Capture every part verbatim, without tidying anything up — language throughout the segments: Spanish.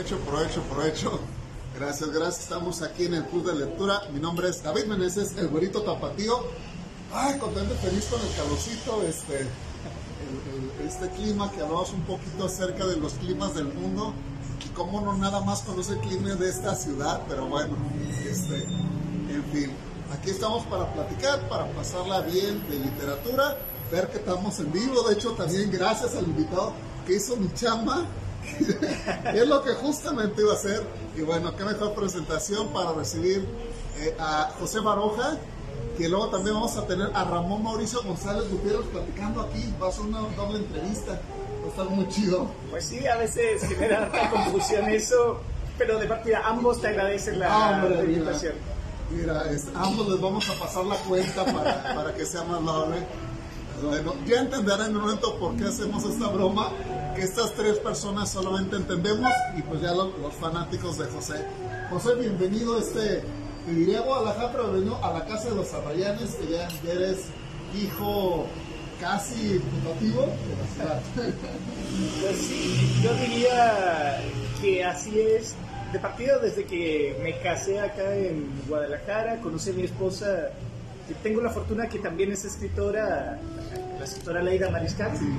Provecho, provecho, provecho. Gracias, gracias. Estamos aquí en el Club de Lectura. Mi nombre es David Meneses, el güerito tapatío. Ay, contento y feliz con el calorcito, este, el, el, este clima, que hablamos un poquito acerca de los climas del mundo. Y cómo no nada más conoce el clima de esta ciudad, pero bueno, este, en fin. Aquí estamos para platicar, para pasarla bien de literatura, ver que estamos en vivo. De hecho, también gracias al invitado que hizo mi chamba. Es lo que justamente iba a hacer. Y bueno, qué mejor presentación para recibir eh, a José Baroja, que luego también vamos a tener a Ramón Mauricio González Gutiérrez platicando aquí. Va a ser una doble entrevista, va a estar muy chido. Pues sí, a veces genera harta confusión eso, pero de partida ambos te agradecen la, ah, hombre, la invitación. Mira, mira es, ambos les vamos a pasar la cuenta para, para que sea más noble. Bueno, ya entenderán en un momento por qué hacemos esta broma, que estas tres personas solamente entendemos, y pues ya los, los fanáticos de José. José, bienvenido, este, te diría a Guadalajara, pero bienvenido a la casa de los Arrayanes, que ya, ya eres hijo casi putativo de la ciudad. Pues sí, yo diría que así es. De partida, desde que me casé acá en Guadalajara, conocí a mi esposa, que tengo la fortuna que también es escritora, la escritora Leida Mariscal. Sí.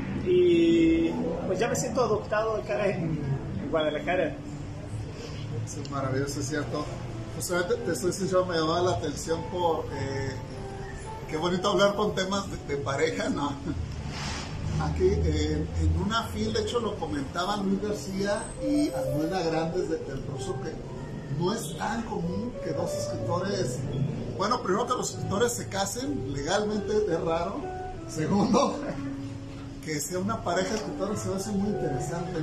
Y pues ya me siento adoptado acá en, en Guadalajara. Es maravilloso, es cierto. Pues te, te estoy sincero, me llamaba la atención por... Eh, qué bonito hablar con temas de, de pareja, ¿no? Aquí eh, en una fil, de hecho lo comentaban Luis García y Almuena Grandes de, del proceso, que no es tan común que dos escritores... Bueno, primero que los escritores se casen, legalmente es raro. Segundo, que sea una pareja de escritores se me hace muy interesante.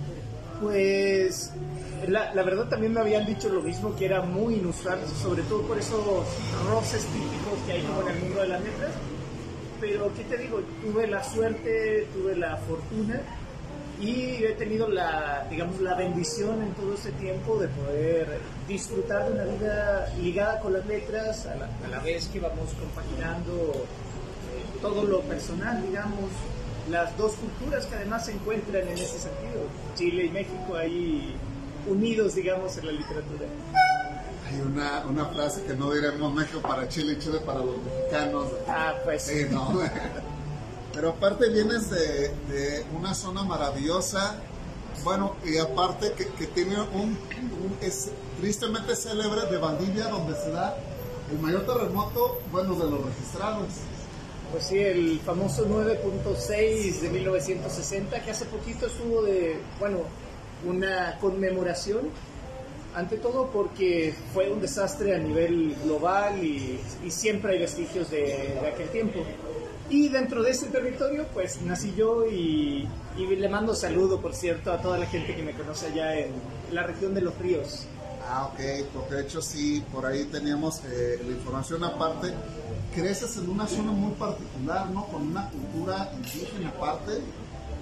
Pues la, la verdad también me habían dicho lo mismo, que era muy inusual, sobre todo por esos roces típicos que hay como en el mundo de las letras. Pero qué te digo, tuve la suerte, tuve la fortuna y he tenido la, digamos, la bendición en todo ese tiempo de poder disfrutar de una vida ligada con las letras, a la, a la vez que vamos compaginando eh, todo lo personal, digamos, las dos culturas que además se encuentran en ese sentido, Chile y México ahí unidos, digamos, en la literatura. Hay una, una frase que no diremos México para Chile y Chile para los mexicanos. Ah, pues sí, no. Pero aparte vienes de, de una zona maravillosa, bueno, y aparte que, que tiene un, un es tristemente célebre de Valdivia, donde se da el mayor terremoto, bueno, de los registrados. Pues sí, el famoso nueve punto seis de mil novecientos sesenta, que hace poquito estuvo de, bueno, una conmemoración, ante todo porque fue un desastre a nivel global y, y siempre hay vestigios de, de aquel tiempo. Y dentro de ese territorio, pues nací yo y, y le mando saludo, por cierto, a toda la gente que me conoce allá en la región de Los Ríos. Ah, ok, porque de hecho sí, por ahí teníamos eh, la información aparte. Creces en una zona muy particular, ¿no? Con una cultura indígena aparte. Eh...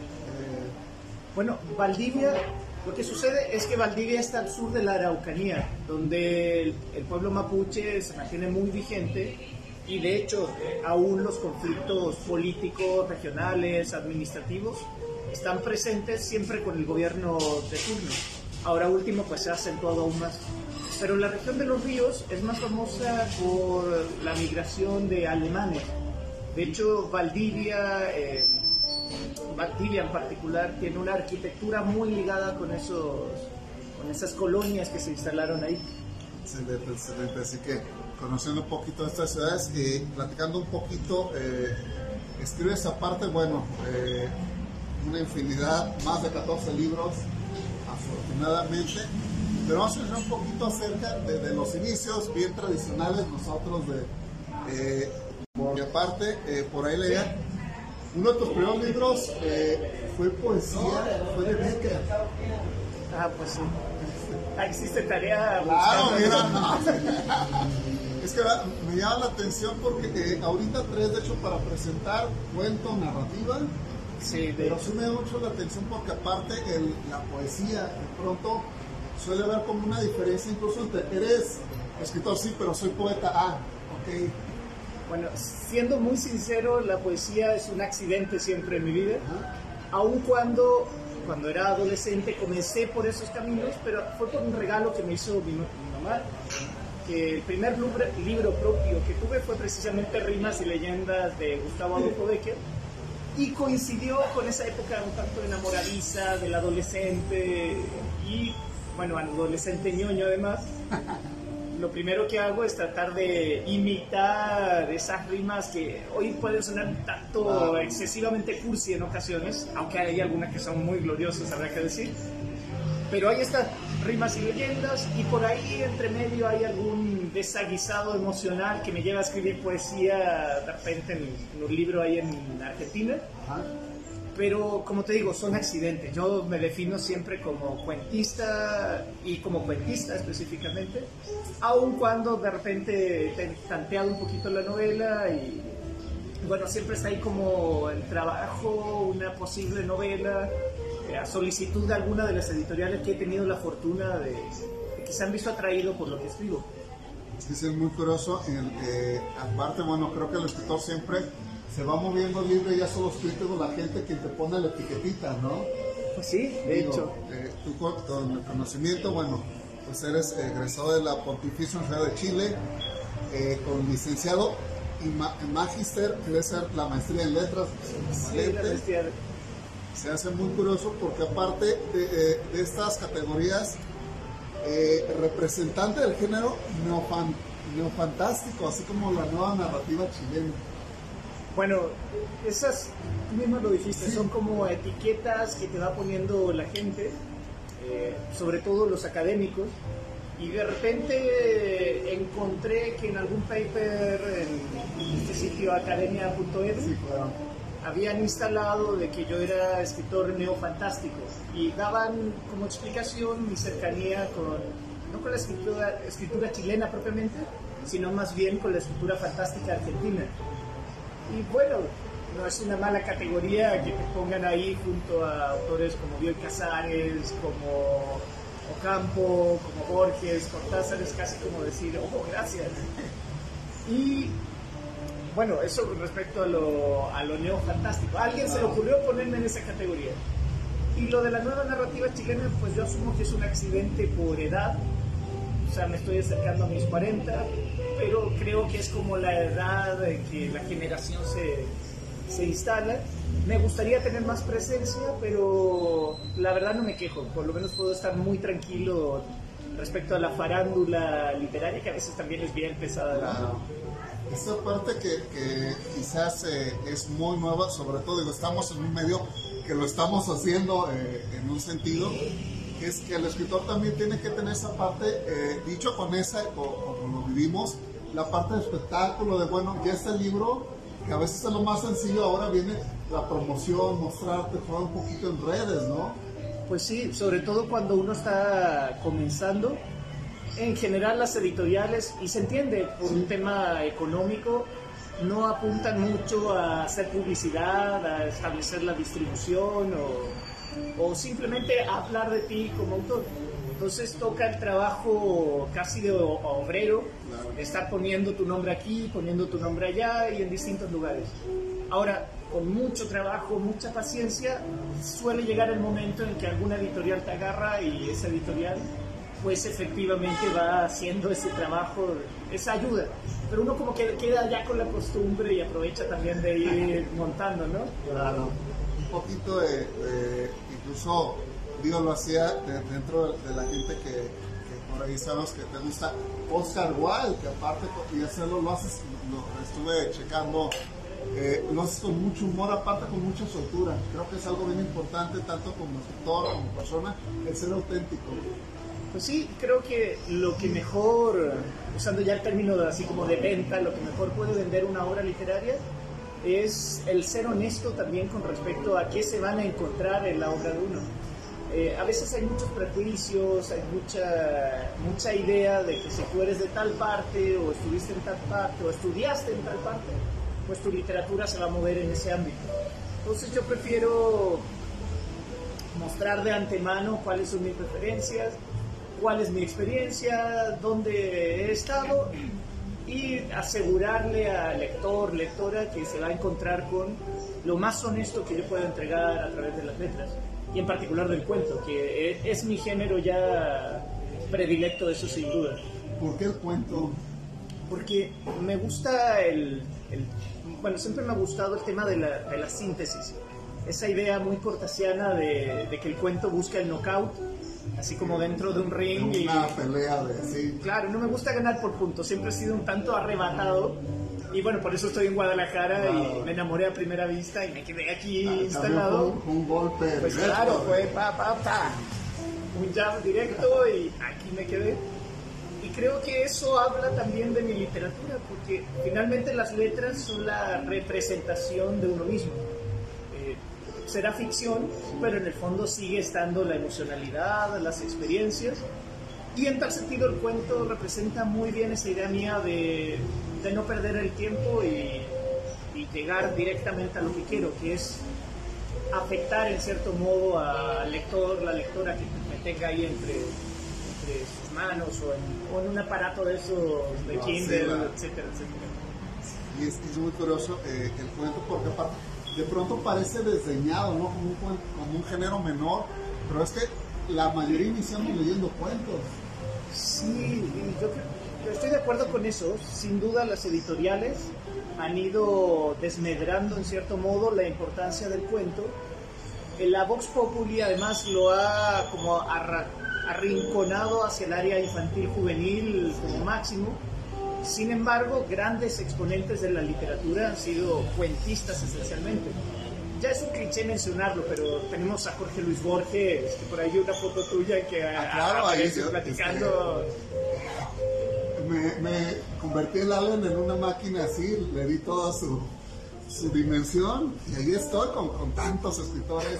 Bueno, Valdivia, lo que sucede es que Valdivia está al sur de la Araucanía, donde el, el pueblo mapuche se mantiene muy vigente y de hecho aún los conflictos políticos, regionales, administrativos están presentes siempre con el gobierno de turno. Ahora último pues se ha acentuado aún más. Pero la región de Los Ríos es más famosa por la migración de alemanes. De hecho, Valdivia, eh, Valdivia en particular, tiene una arquitectura muy ligada con, esos, con esas colonias que se instalaron ahí. Excelente, excelente. Así que, conociendo un poquito de estas ciudades y platicando un poquito, eh, escribes aparte, bueno, eh, una infinidad, más de catorce libros, afortunadamente. Pero vamos a hablar un poquito acerca de, de los inicios bien tradicionales nosotros de... Eh, por aparte, eh, por ahí leía, uno de tus primeros libros eh, fue poesía, fue de Becker. Ah, pues sí. Ah, existe tarea. Claro, mira, no. Es que me llama la atención porque eh, ahorita traes, de hecho, para presentar cuento, narrativa. Sí, de pero hecho. sí me da mucho la atención porque aparte el, la poesía, de pronto suele haber como una diferencia, incluso entre eres escritor, sí, pero soy poeta, ah, ok. Bueno, siendo muy sincero, la poesía es un accidente siempre en mi vida, Ajá. aun cuando cuando era adolescente comencé por esos caminos, pero fue por un regalo que me hizo mi, mi mamá, que el primer libro, libro propio que tuve fue precisamente Rimas y Leyendas de Gustavo Adolfo Bécquer, y coincidió con esa época un tanto enamoradiza del adolescente, y bueno, adolescente ñoño además. Lo primero que hago es tratar de imitar esas rimas que hoy pueden sonar un tanto excesivamente cursi en ocasiones, aunque hay algunas que son muy gloriosas, habrá que decir. Pero hay estas rimas y leyendas, y por ahí entre medio hay algún desaguisado emocional que me lleva a escribir poesía de repente en, en un libro ahí en Argentina. Ajá. Pero como te digo, son accidentes. Yo me defino siempre como cuentista, y como cuentista específicamente, aun cuando de repente he tanteado un poquito la novela, y bueno, siempre está ahí como el trabajo, una posible novela, eh, a solicitud de alguna de las editoriales que he tenido la fortuna de, de que se han visto atraído por lo que escribo. Sí, es muy curioso. El, eh, aparte, bueno, creo que el escritor siempre se va moviendo libre, ya solo escrito la gente quien te pone la etiquetita, ¿no? Pues sí, de Digo, hecho. Eh, tú con, con el conocimiento, bueno, pues eres egresado de la Pontificia Universidad de Chile, eh, con licenciado y ma magíster, que debe ser la maestría en letras. Sí, la maestría. Se hace muy curioso porque aparte de, eh, de estas categorías, eh, representante del género neofan, neofantástico, así como la nueva narrativa chilena. Bueno, esas, tú mismo lo dijiste, sí, son como etiquetas que te va poniendo la gente, eh, sobre todo los académicos, y de repente encontré que en algún paper en este sitio academia punto edu, sí, claro, habían instalado de que yo era escritor neofantástico, y daban como explicación mi cercanía con, no con la escritura, escritura chilena propiamente, sino más bien con la escritura fantástica argentina. Y bueno, no es una mala categoría que te pongan ahí junto a autores como Bioy Casares, como Ocampo, como Borges, Cortázar, es casi como decir, oh, gracias. Y bueno, eso respecto a lo, a lo neofantástico. A alguien se le ocurrió ponerme en esa categoría. Y lo de la nueva narrativa chilena, pues yo asumo que es un accidente por edad. O sea, me estoy acercando a mis cuarenta, pero creo que es como la edad en que la generación se, se instala. Me gustaría tener más presencia, pero la verdad no me quejo. Por lo menos puedo estar muy tranquilo respecto a la farándula literaria, que a veces también es bien pesada. Claro. Esta parte que, que quizás eh, es muy nueva, sobre todo, digo, estamos en un medio que lo estamos haciendo eh, en un sentido, es que el escritor también tiene que tener esa parte, eh, dicho con esa, como, como lo vivimos, la parte de espectáculo, de bueno, ya está el libro, que a veces es lo más sencillo, ahora viene la promoción, mostrarte, jugar un poquito en redes, ¿no? Pues sí, sobre todo cuando uno está comenzando. En general las editoriales, y se entiende por sí, un tema económico, no apuntan mucho a hacer publicidad, a establecer la distribución o, o simplemente a hablar de ti como autor. Entonces toca el trabajo casi de obrero, claro, de estar poniendo tu nombre aquí, poniendo tu nombre allá y en distintos lugares. Ahora, con mucho trabajo, mucha paciencia, suele llegar el momento en que alguna editorial te agarra y esa editorial pues efectivamente va haciendo ese trabajo, esa ayuda. Pero uno como que queda ya con la costumbre y aprovecha también de ir montando, ¿no? Claro, un poquito de, de incluso, digo, lo hacía de, dentro de, de la gente que, que por ahí sabemos que te gusta, Oscar Wilde, que aparte de hacerlo lo haces, lo estuve checando, eh, lo haces con mucho humor, aparte con mucha soltura. Creo que es algo bien importante, tanto como escritor, como persona, el ser auténtico. Pues sí, creo que lo que mejor, usando ya el término de, así como de venta, lo que mejor puede vender una obra literaria es el ser honesto también con respecto a qué se van a encontrar en la obra de uno. Eh, a veces hay muchos prejuicios, hay mucha, mucha idea de que si tú eres de tal parte o estuviste en tal parte o estudiaste en tal parte, pues tu literatura se va a mover en ese ámbito. Entonces yo prefiero mostrar de antemano cuáles son mis preferencias, cuál es mi experiencia, dónde he estado, y asegurarle al lector, lectora, que se va a encontrar con lo más honesto que yo pueda entregar a través de las letras. y en particular del cuento, que es, es mi género ya predilecto, eso sin duda. ¿Por qué el cuento? Porque me gusta el, el bueno, siempre me ha gustado el tema de la, de la síntesis, esa idea muy cortesiana de, de que el cuento busca el knockout, así como dentro de un ring. De una y, pelea de sí. Claro, no me gusta ganar por puntos, siempre he sido un tanto arrebatado. Y bueno, por eso estoy en Guadalajara, claro. Y me enamoré a primera vista y me quedé aquí ah, instalado. Un, un golpe. Pues directo, claro, fue pa, pa, pa. Un jab directo y aquí me quedé. Y creo que eso habla también de mi literatura, porque finalmente las letras son la representación de uno mismo. Eh, será ficción, pero en el fondo sigue estando la emocionalidad, las experiencias. Y en tal sentido el cuento representa muy bien esa idea mía de, de no perder el tiempo y, y llegar directamente a lo que quiero, que es afectar en cierto modo al lector, la lectora que me tenga ahí entre, entre sus manos o en, o en un aparato de esos de Kindle, sí, etcétera, etcétera. Y es, es muy curioso eh, el cuento porque de pronto parece desdeñado, ¿no? Como un, como un género menor, pero es que la mayoría iniciamos leyendo cuentos. Sí, yo, yo estoy de acuerdo con eso. Sin duda las editoriales han ido desmedrando en cierto modo la importancia del cuento. La Vox Populi además lo ha como arra, arrinconado hacia el área infantil juvenil como máximo. Sin embargo, grandes exponentes de la literatura han sido cuentistas esencialmente. Ya es un cliché mencionarlo, pero tenemos a Jorge Luis Borges, que por ahí una foto tuya que ah, claro, aparece ahí, platicando. Este, me, me convertí el alien en una máquina así, le di toda su, su dimensión y ahí estoy con, con tantos escritores.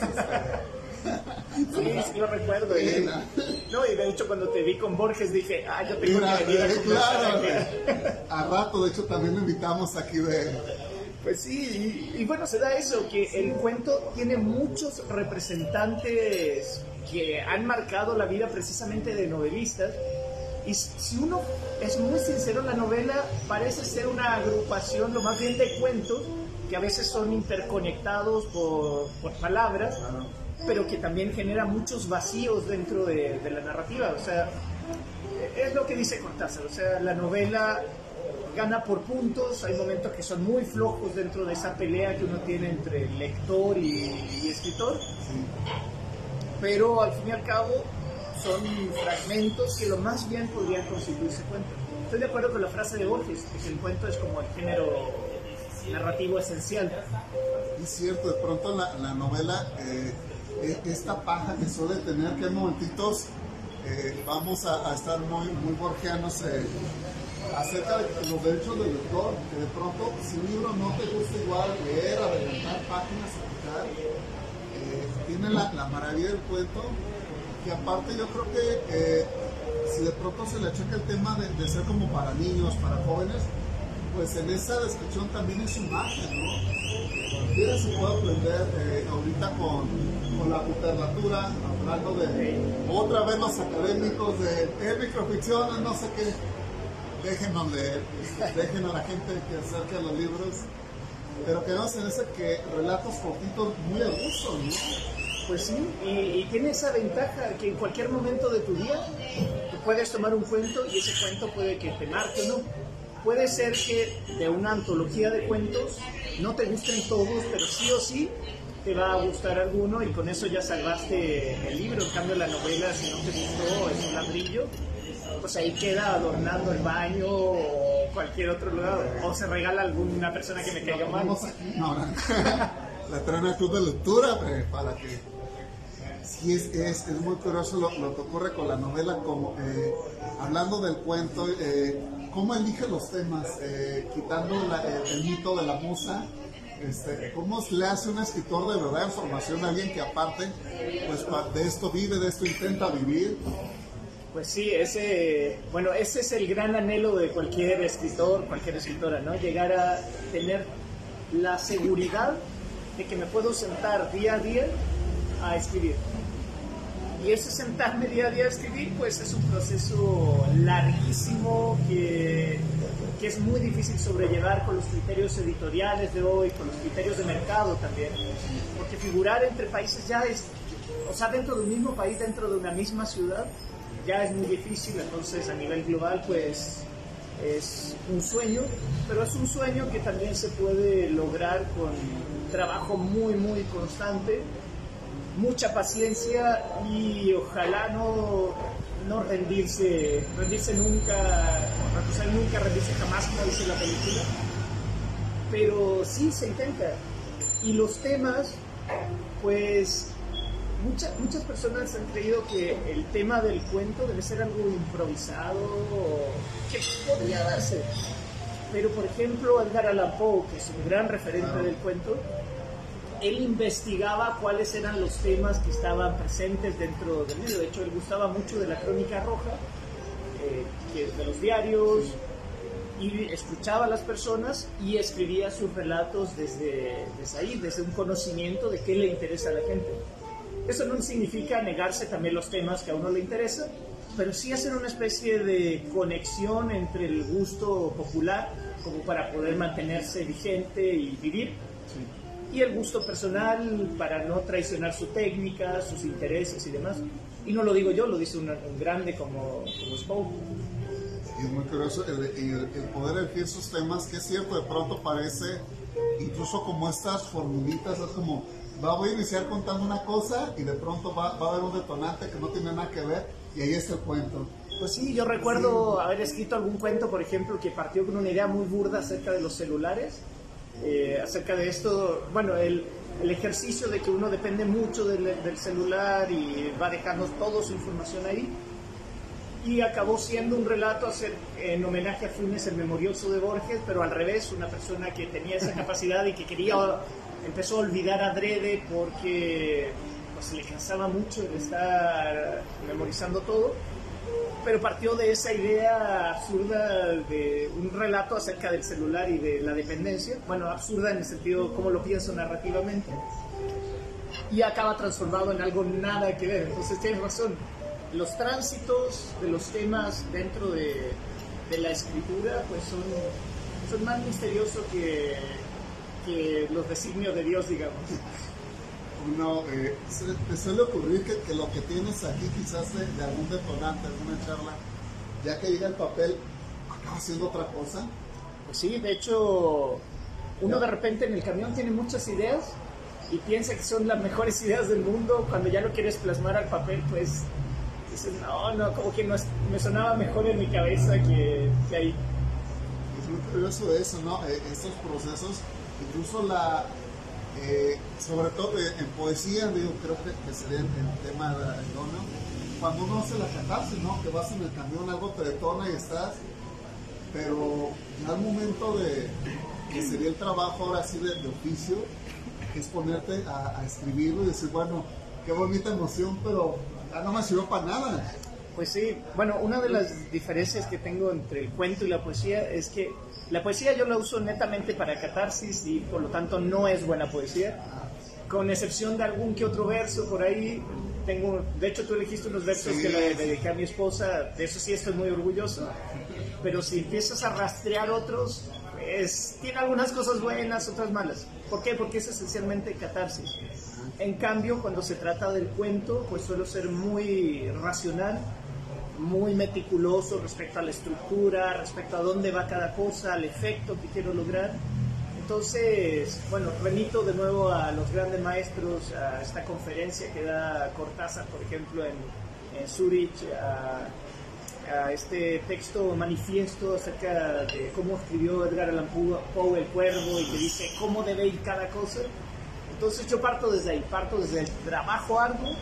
Este, sí, sí lo recuerdo. Sí, y, no. no, y de hecho cuando te vi con Borges dije, ah, yo tengo Mira, que venir a eh, claro, a rato, de hecho también lo invitamos aquí de... Pues sí, y, y bueno, se da eso, que el cuento tiene muchos representantes que han marcado la vida precisamente de novelistas, y si uno es muy sincero, la novela parece ser una agrupación, lo más bien de cuentos, que a veces son interconectados por, por palabras, pero que también genera muchos vacíos dentro de, de la narrativa. O sea, es lo que dice Cortázar, o sea, la novela gana por puntos, hay momentos que son muy flojos dentro de esa pelea que uno tiene entre lector y, y escritor, sí. Pero al fin y al cabo son fragmentos que lo más bien podrían constituirse cuento. Estoy de acuerdo con la frase de Borges, que el cuento es como el género narrativo esencial. Es cierto, de pronto la, la novela, eh, esta paja que suele tener, que en momentitos eh, vamos a, a estar muy, muy borgianos, eh, acerca de los derechos del lector, que de pronto si un libro no te gusta igual leer, adelantar páginas, explicar, eh, tiene la, la maravilla del cuento, que aparte yo creo que eh, si de pronto se le achaca el tema de, de ser como para niños, para jóvenes, pues en esa descripción también es su magia, ¿no? Cualquiera se puede aprender eh, ahorita con, con la literatura, hablando de otra vez los académicos de eh, microficciones, no sé qué. Déjenos leer, déjenos a la gente que acerque a los libros, pero queremos en ese que relatos cortitos muy a gusto, ¿no? Pues sí, y, y tiene esa ventaja que en cualquier momento de tu día tú puedes tomar un cuento y ese cuento puede que te marque o no. Puede ser que de una antología de cuentos no te gusten todos, pero sí o sí te va a gustar alguno y con eso ya salvaste el libro. En cambio la novela, si no te gustó, es un ladrillo, pues ahí queda adornando el baño o cualquier otro lugar, o se regala a alguna persona que me caiga mal. Vamos aquí, no, no. La traen al club de lectura eh, para que... Sí, es, es, es muy curioso lo, lo que ocurre con la novela, como eh, hablando del cuento, eh, cómo elige los temas, eh, quitando la, el, el mito de la musa. Este, ¿Cómo le hace un escritor de verdad en formación a alguien que aparte pues, de esto vive, de esto intenta vivir? Pues sí, ese, bueno, ese es el gran anhelo de cualquier escritor, cualquier escritora, ¿no? Llegar a tener la seguridad de que me puedo sentar día a día a escribir. Y ese sentarme día a día a escribir, pues es un proceso larguísimo que, que es muy difícil sobrellevar con los criterios editoriales de hoy, con los criterios de mercado también, porque figurar entre países ya es o sea, dentro de un mismo país, dentro de una misma ciudad, ya es muy difícil. Entonces a nivel global pues es un sueño, pero es un sueño que también se puede lograr con trabajo muy muy constante, mucha paciencia y ojalá no, no rendirse, rendirse nunca, o sea, nunca rendirse jamás, como dice la película, pero sí se intenta. Y los temas, pues mucha, muchas personas han creído que el tema del cuento debe ser algo improvisado, que podría darse, pero por ejemplo Edgar Allan Poe, que es un gran referente del cuento, él investigaba cuáles eran los temas que estaban presentes dentro del medio. De hecho, él gustaba mucho de la Crónica Roja, eh, que es de los diarios, y escuchaba a las personas y escribía sus relatos desde, desde ahí, desde un conocimiento de qué le interesa a la gente. Eso no significa negarse también los temas que a uno le interesan, pero sí hacer una especie de conexión entre el gusto popular, como para poder mantenerse vigente y vivir, sí, y el gusto personal para no traicionar su técnica, sus intereses y demás. Y no lo digo yo, lo dice un, un grande como, como Spock. Y es muy curioso el, el, el poder elegir sus temas, que es cierto, de pronto parece, incluso como estas formulitas, es como, va, voy a iniciar contando una cosa y de pronto va, va a haber un detonante que no tiene nada que ver y ahí está el cuento. Pues sí, yo recuerdo sí. haber escrito algún cuento, por ejemplo, que partió con una idea muy burda acerca de los celulares. Eh, acerca de esto, bueno, el, el ejercicio de que uno depende mucho del, del celular y va dejando toda su información ahí, y acabó siendo un relato hacer, en homenaje a Funes el Memorioso de Borges, pero al revés, una persona que tenía esa capacidad y que quería, empezó a olvidar adrede porque pues, le cansaba mucho el estar memorizando todo, pero partió de esa idea absurda de un relato acerca del celular y de la dependencia, bueno, absurda en el sentido como lo pienso narrativamente, y acaba transformado en algo nada que ver. Entonces tienes razón, los tránsitos de los temas dentro de, de la escritura pues son, son más misteriosos que, que los designios de Dios, digamos. Uno, eh, se, te suele ocurrir que, que lo que tienes aquí quizás de, de algún detonante, alguna charla, ya que llega el papel, acaba haciendo otra cosa. Pues sí, de hecho, uno ya. de repente en el camión tiene muchas ideas y piensa que son las mejores ideas del mundo. Cuando ya lo quieres plasmar al papel, pues dices, no, no, como que no es, me sonaba mejor en mi cabeza que, que ahí. Es muy curioso eso, ¿no? Eh, estos procesos, incluso la... Eh, sobre todo eh, en poesía, digo, creo que, que sería el, el tema idóneo, cuando uno hace la catarsis, ¿no? Que vas en el camión, algo te detona y estás, pero ya al momento de, que sería el trabajo ahora sí de, de oficio, es ponerte a, a escribirlo y decir, bueno, qué bonita emoción, pero ya no me sirvió para nada. Pues sí, bueno, una de las diferencias que tengo entre el cuento y la poesía es que la poesía yo la uso netamente para catarsis y por lo tanto no es buena poesía, con excepción de algún que otro verso por ahí. Tengo, de hecho tú elegiste unos versos sí. que le dediqué a mi esposa, de eso sí estoy muy orgulloso, pero si empiezas a rastrear otros, pues tiene algunas cosas buenas, otras malas. ¿Por qué? Porque es esencialmente catarsis. En cambio, cuando se trata del cuento, pues suelo ser muy racional, muy meticuloso respecto a la estructura, respecto a dónde va cada cosa, al efecto que quiero lograr. Entonces, bueno, remito de nuevo a los grandes maestros, a esta conferencia que da Cortázar, por ejemplo, en, en Zurich, a, a este texto manifiesto acerca de cómo escribió Edgar Allan Poe El Cuervo y que dice cómo debe ir cada cosa. Entonces yo parto desde ahí, parto desde el trabajo arduo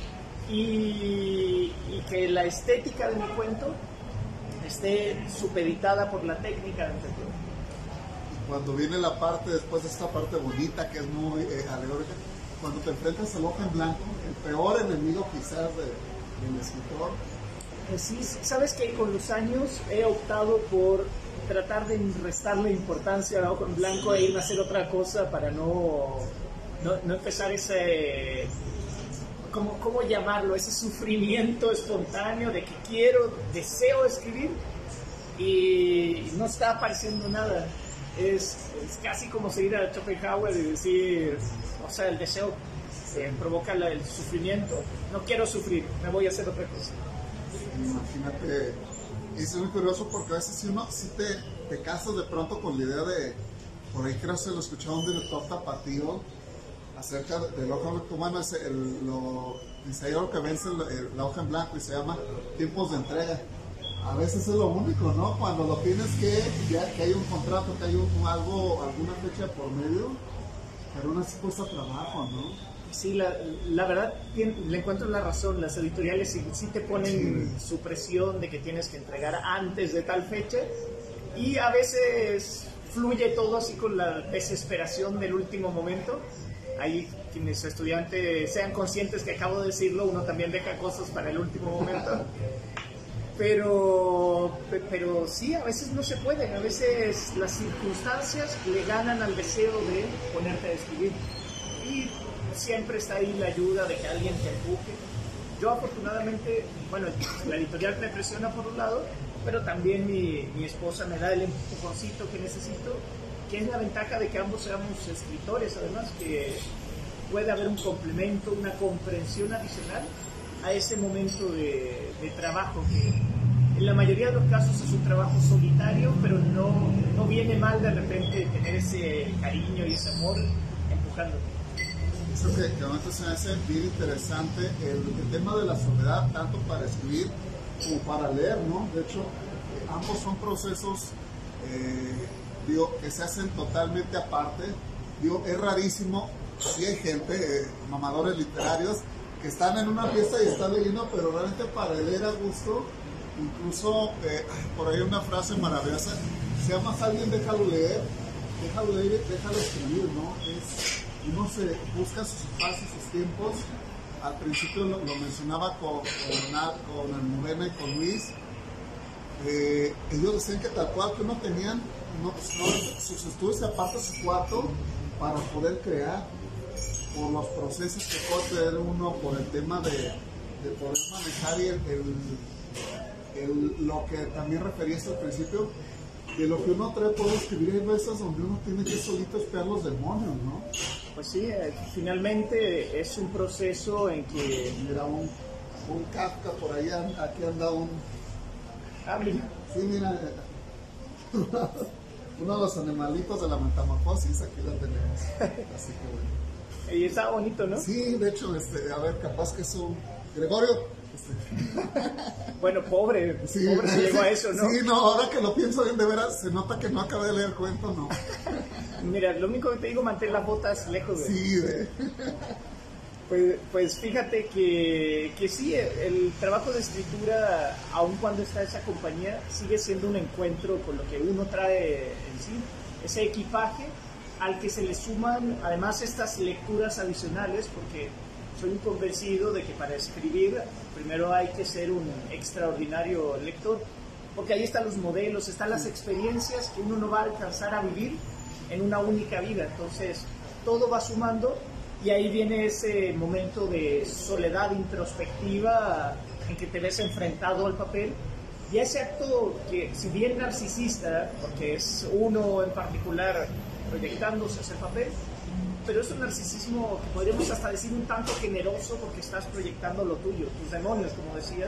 y, y que la estética de mi cuento esté supeditada por la técnica ante todo. Cuando viene la parte, después de esta parte bonita que es muy eh, alegórica, cuando te enfrentas al hoja en blanco, el peor enemigo quizás de, del escritor. Pues sí, sabes que con los años he optado por tratar de restarle importancia al hoja en blanco e irme a hacer otra cosa para no, no, no empezar ese... ¿Cómo, ¿Cómo llamarlo? Ese sufrimiento espontáneo de que quiero, deseo escribir y no está apareciendo nada. Es, es casi como seguir a Schopenhauer y decir, o sea, el deseo eh, provoca la, el sufrimiento. No quiero sufrir, me voy a hacer otra cosa. Imagínate, es muy curioso porque a veces si uno, si te, te casas de pronto con la idea de, por ahí creo que lo escuchaba un director tapatío, acerca del hoja blanco, bueno, es el, lo, dice ahí algo que vence el, el, la hoja en blanco y se llama tiempos de entrega. A veces es lo único, ¿no? Cuando lo tienes que, ya que hay un contrato, que hay un, un algo, alguna fecha por medio, pero aún así cuesta trabajo, ¿no? Sí, la, la verdad, le encuentro la razón. Las editoriales sí, sí te ponen sí. su presión de que tienes que entregar antes de tal fecha, y a veces fluye todo así con la desesperación del último momento. Ahí quienes estudiantes sean conscientes que acabo de decirlo, uno también deja cosas para el último momento. Pero, pero sí, a veces no se puede, a veces las circunstancias le ganan al deseo de ponerte a escribir. Y siempre está ahí la ayuda de que alguien te empuje. Yo afortunadamente, bueno, la editorial me presiona por un lado, pero también mi, mi esposa me da el empujoncito que necesito, que es la ventaja de que ambos seamos escritores, además, que puede haber un complemento, una comprensión adicional a ese momento de, de trabajo, que en la mayoría de los casos es un trabajo solitario, pero no, no viene mal de repente tener ese cariño y ese amor empujándote. Eso que, que a veces se me hace bien interesante, el, el tema de la soledad, tanto para escribir como para leer, ¿no? De hecho, eh, ambos son procesos, eh, digo, que se hacen totalmente aparte. Digo, es rarísimo, sí hay gente, eh, mamadores literarios, que están en una fiesta y están leyendo, pero realmente para leer a gusto, incluso eh, por ahí una frase maravillosa, si amas a alguien, déjalo leer, déjalo leer, déjalo escribir, ¿no? Es, uno se busca sus espacios, sus tiempos. Al principio lo, lo mencionaba con, con, con Almudena y con Luis, eh, ellos decían que tal cual que uno tenían no, no, sus estudios y aparte su cuarto para poder crear, por los procesos que puede tener uno, por el tema de, de poder manejar y el, el, el, lo que también referías al principio, de lo que uno trae puede escribir. Hay veces donde uno tiene que solito espiar los demonios, ¿no? Pues sí, eh, finalmente es un proceso en que... Mira, un, un Kafka por ahí, aquí anda un... Ah, mira. Sí, mira, uno de los animalitos de la metamorfosis, aquí lo tenemos. Así que bueno. Y está bonito, ¿no? Sí, de hecho, este, a ver, capaz que es un... Gregorio. Este. Bueno, pobre, sí, pobre se sí, llegó a eso, ¿no? Sí, no, ahora que lo pienso bien, de veras, se nota que no acabé de leer el cuento, ¿no? Mira, lo único que te digo, mantén las botas lejos de... Sí, de... Pues, pues fíjate que, que sí, el trabajo de escritura, aun cuando está esa compañía, sigue siendo un encuentro con lo que uno trae en sí, ese equipaje al que se le suman además estas lecturas adicionales, porque soy un convencido de que para escribir primero hay que ser un extraordinario lector, porque ahí están los modelos, están las experiencias que uno no va a alcanzar a vivir en una única vida. Entonces todo va sumando y ahí viene ese momento de soledad introspectiva en que te ves enfrentado al papel, y ese acto que, si bien narcisista, porque es uno en particular proyectándose hacia el papel, pero es un narcisismo que podríamos hasta decir un tanto generoso, porque estás proyectando lo tuyo, tus demonios, como decías,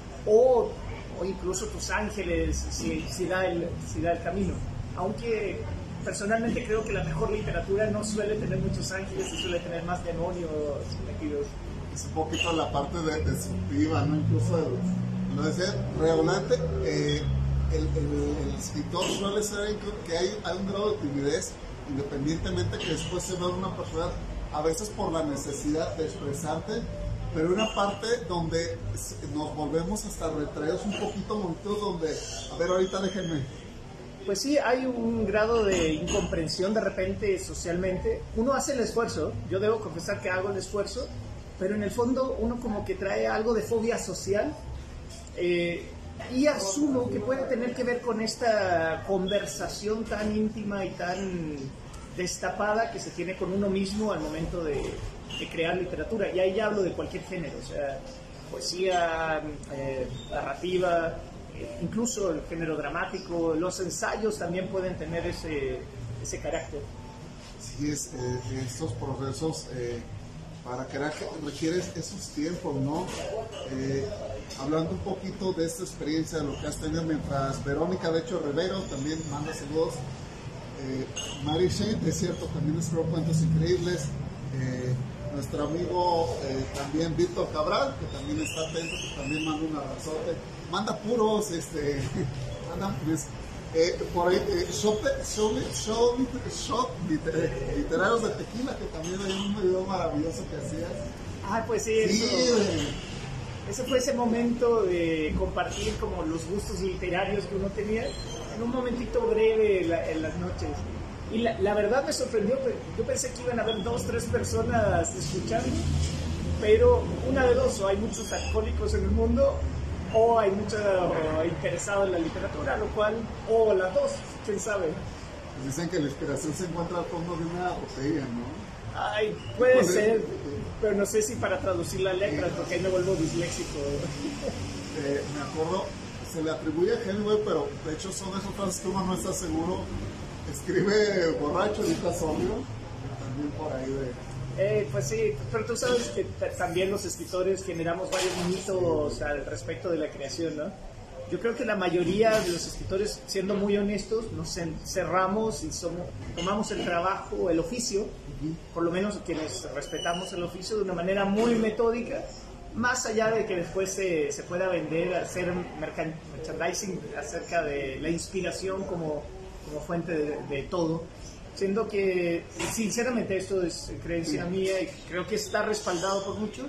o, o incluso tus ángeles, si, si, da el, si da el camino. Aunque personalmente creo que la mejor literatura no suele tener muchos ángeles y suele tener más demonios metidos. Es un poquito la parte de, destructiva, ¿no? Incluso el, lo decía realmente, eh, el, el, el escritor suele ser que hay, hay un grado de timidez, independientemente que después se vea una persona, a veces por la necesidad de expresarte, pero una parte donde nos volvemos hasta retraídos un poquito, momentos donde, a ver, ahorita déjenme. Pues sí, hay un grado de incomprensión de repente socialmente. Uno hace el esfuerzo, yo debo confesar que hago el esfuerzo, pero en el fondo uno como que trae algo de fobia social, eh, y asumo que puede tener que ver con esta conversación tan íntima y tan destapada que se tiene con uno mismo al momento de, de crear literatura. Y ahí ya hablo de cualquier género, o sea, poesía, eh, narrativa, eh, incluso el género dramático. Los ensayos también pueden tener ese, ese carácter. Sí, es, eh, estos procesos, eh, para crear requieres esos tiempos, ¿no? Eh, hablando un poquito de esta experiencia, de lo que has tenido mientras Verónica, de hecho, Rivero también manda saludos. Eh, Mary Shane, es cierto, también escribió cuentos increíbles. Eh, nuestro amigo eh, también Víctor Cabral, que también está atento, que también manda un abrazote. Manda puros, este, manda, pues, eh, por ahí, eh, shot, show, show, shot liter, literarios de tequila, que también hay un video maravilloso que hacías. Ah, pues sí, sí, eso. Ese fue ese momento de compartir como los gustos literarios que uno tenía en un momentito breve la, en las noches. Y la, la verdad me sorprendió, yo pensé que iban a haber dos, tres personas escuchando, pero una de dos, o hay muchos alcohólicos en el mundo, o hay mucho interesado en la literatura, lo cual, o las dos, quién sabe. Dicen que la inspiración se encuentra al fondo de una botella, ¿no? Ay, puede ser, pero no sé si para traducir la letra, porque ahí me vuelvo disléxico. Eh, me acuerdo, se le atribuye a Hemingway, pero de hecho son esas frases que uno no está seguro. Escribe borracho, ahorita sobrio, también por ahí de... Eh, pues sí, pero tú sabes que t- también los escritores generamos varios mitos al respecto de la creación, ¿no? Yo creo que la mayoría de los escritores, siendo muy honestos, nos encerramos y somos, tomamos el trabajo, el oficio, uh-huh. por lo menos quienes respetamos el oficio, de una manera muy metódica, más allá de que después se, se pueda vender, hacer mercan- merchandising acerca de la inspiración como, como fuente de, de todo. Siendo que, sinceramente, esto es creencia mía y creo que está respaldado por muchos,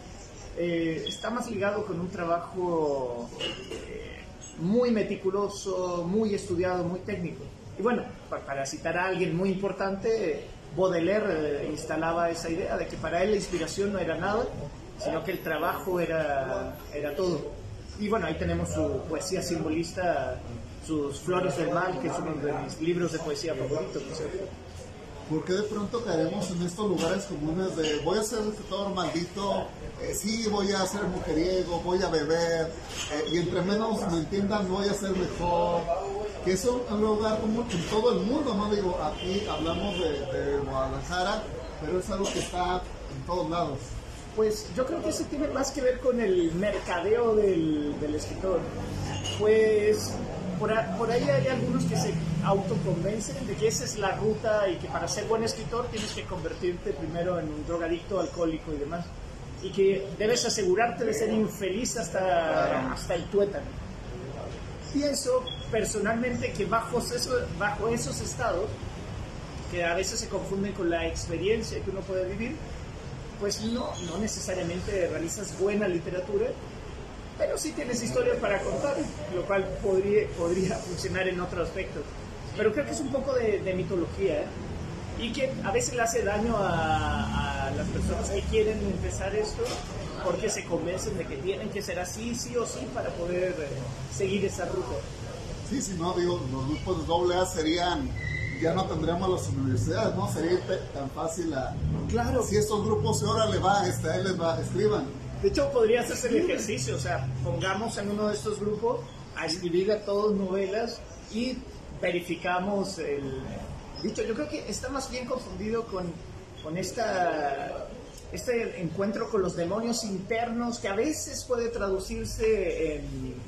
eh, está más ligado con un trabajo eh, muy meticuloso, muy estudiado, muy técnico. Y bueno, para, para citar a alguien muy importante, Baudelaire eh, instalaba esa idea de que para él la inspiración no era nada, sino que el trabajo era, era todo. Y bueno, ahí tenemos su poesía simbolista, sus Flores del Mal, que es uno de mis libros de poesía favoritos, ¿no es cierto? ¿Por qué de pronto caemos en estos lugares comunes de voy a ser un escritor maldito, eh, sí, voy a ser mujeriego, voy a beber, eh, y entre menos me entiendan voy a ser mejor? Que es un lugar común en todo el mundo, ¿no? Digo, aquí hablamos de, de Guadalajara, pero es algo que está en todos lados. Pues yo creo que eso tiene más que ver con el mercadeo del, del escritor. Pues por, a, por ahí hay algunos que se autoconvencen de que esa es la ruta y que para ser buen escritor tienes que convertirte primero en un drogadicto, alcohólico y demás. Y que debes asegurarte de ser infeliz hasta, hasta el tuétano. Pienso personalmente que bajo, eso, bajo esos estados, que a veces se confunden con la experiencia que uno puede vivir, pues no, no necesariamente realizas buena literatura, pero sí tienes historias para contar, lo cual podría, podría funcionar en otro aspecto. Pero creo que es un poco de, de mitología, ¿eh? Y que a veces le hace daño a, a las personas que quieren empezar esto porque se convencen de que tienen que ser así, sí o sí, para poder eh, seguir esa ruta. Sí, si no, digo, los grupos de doble A serían... ya no tendríamos las universidades, ¿no? Sería tan fácil a... Claro. Si estos grupos ahora le va, este, a él les va, escriban. De hecho, podría hacerse el ejercicio, o sea, pongamos en uno de estos grupos a escribir a todos novelas y verificamos el dicho. Yo creo que está más bien confundido con, con esta, este encuentro con los demonios internos, que a veces puede traducirse en,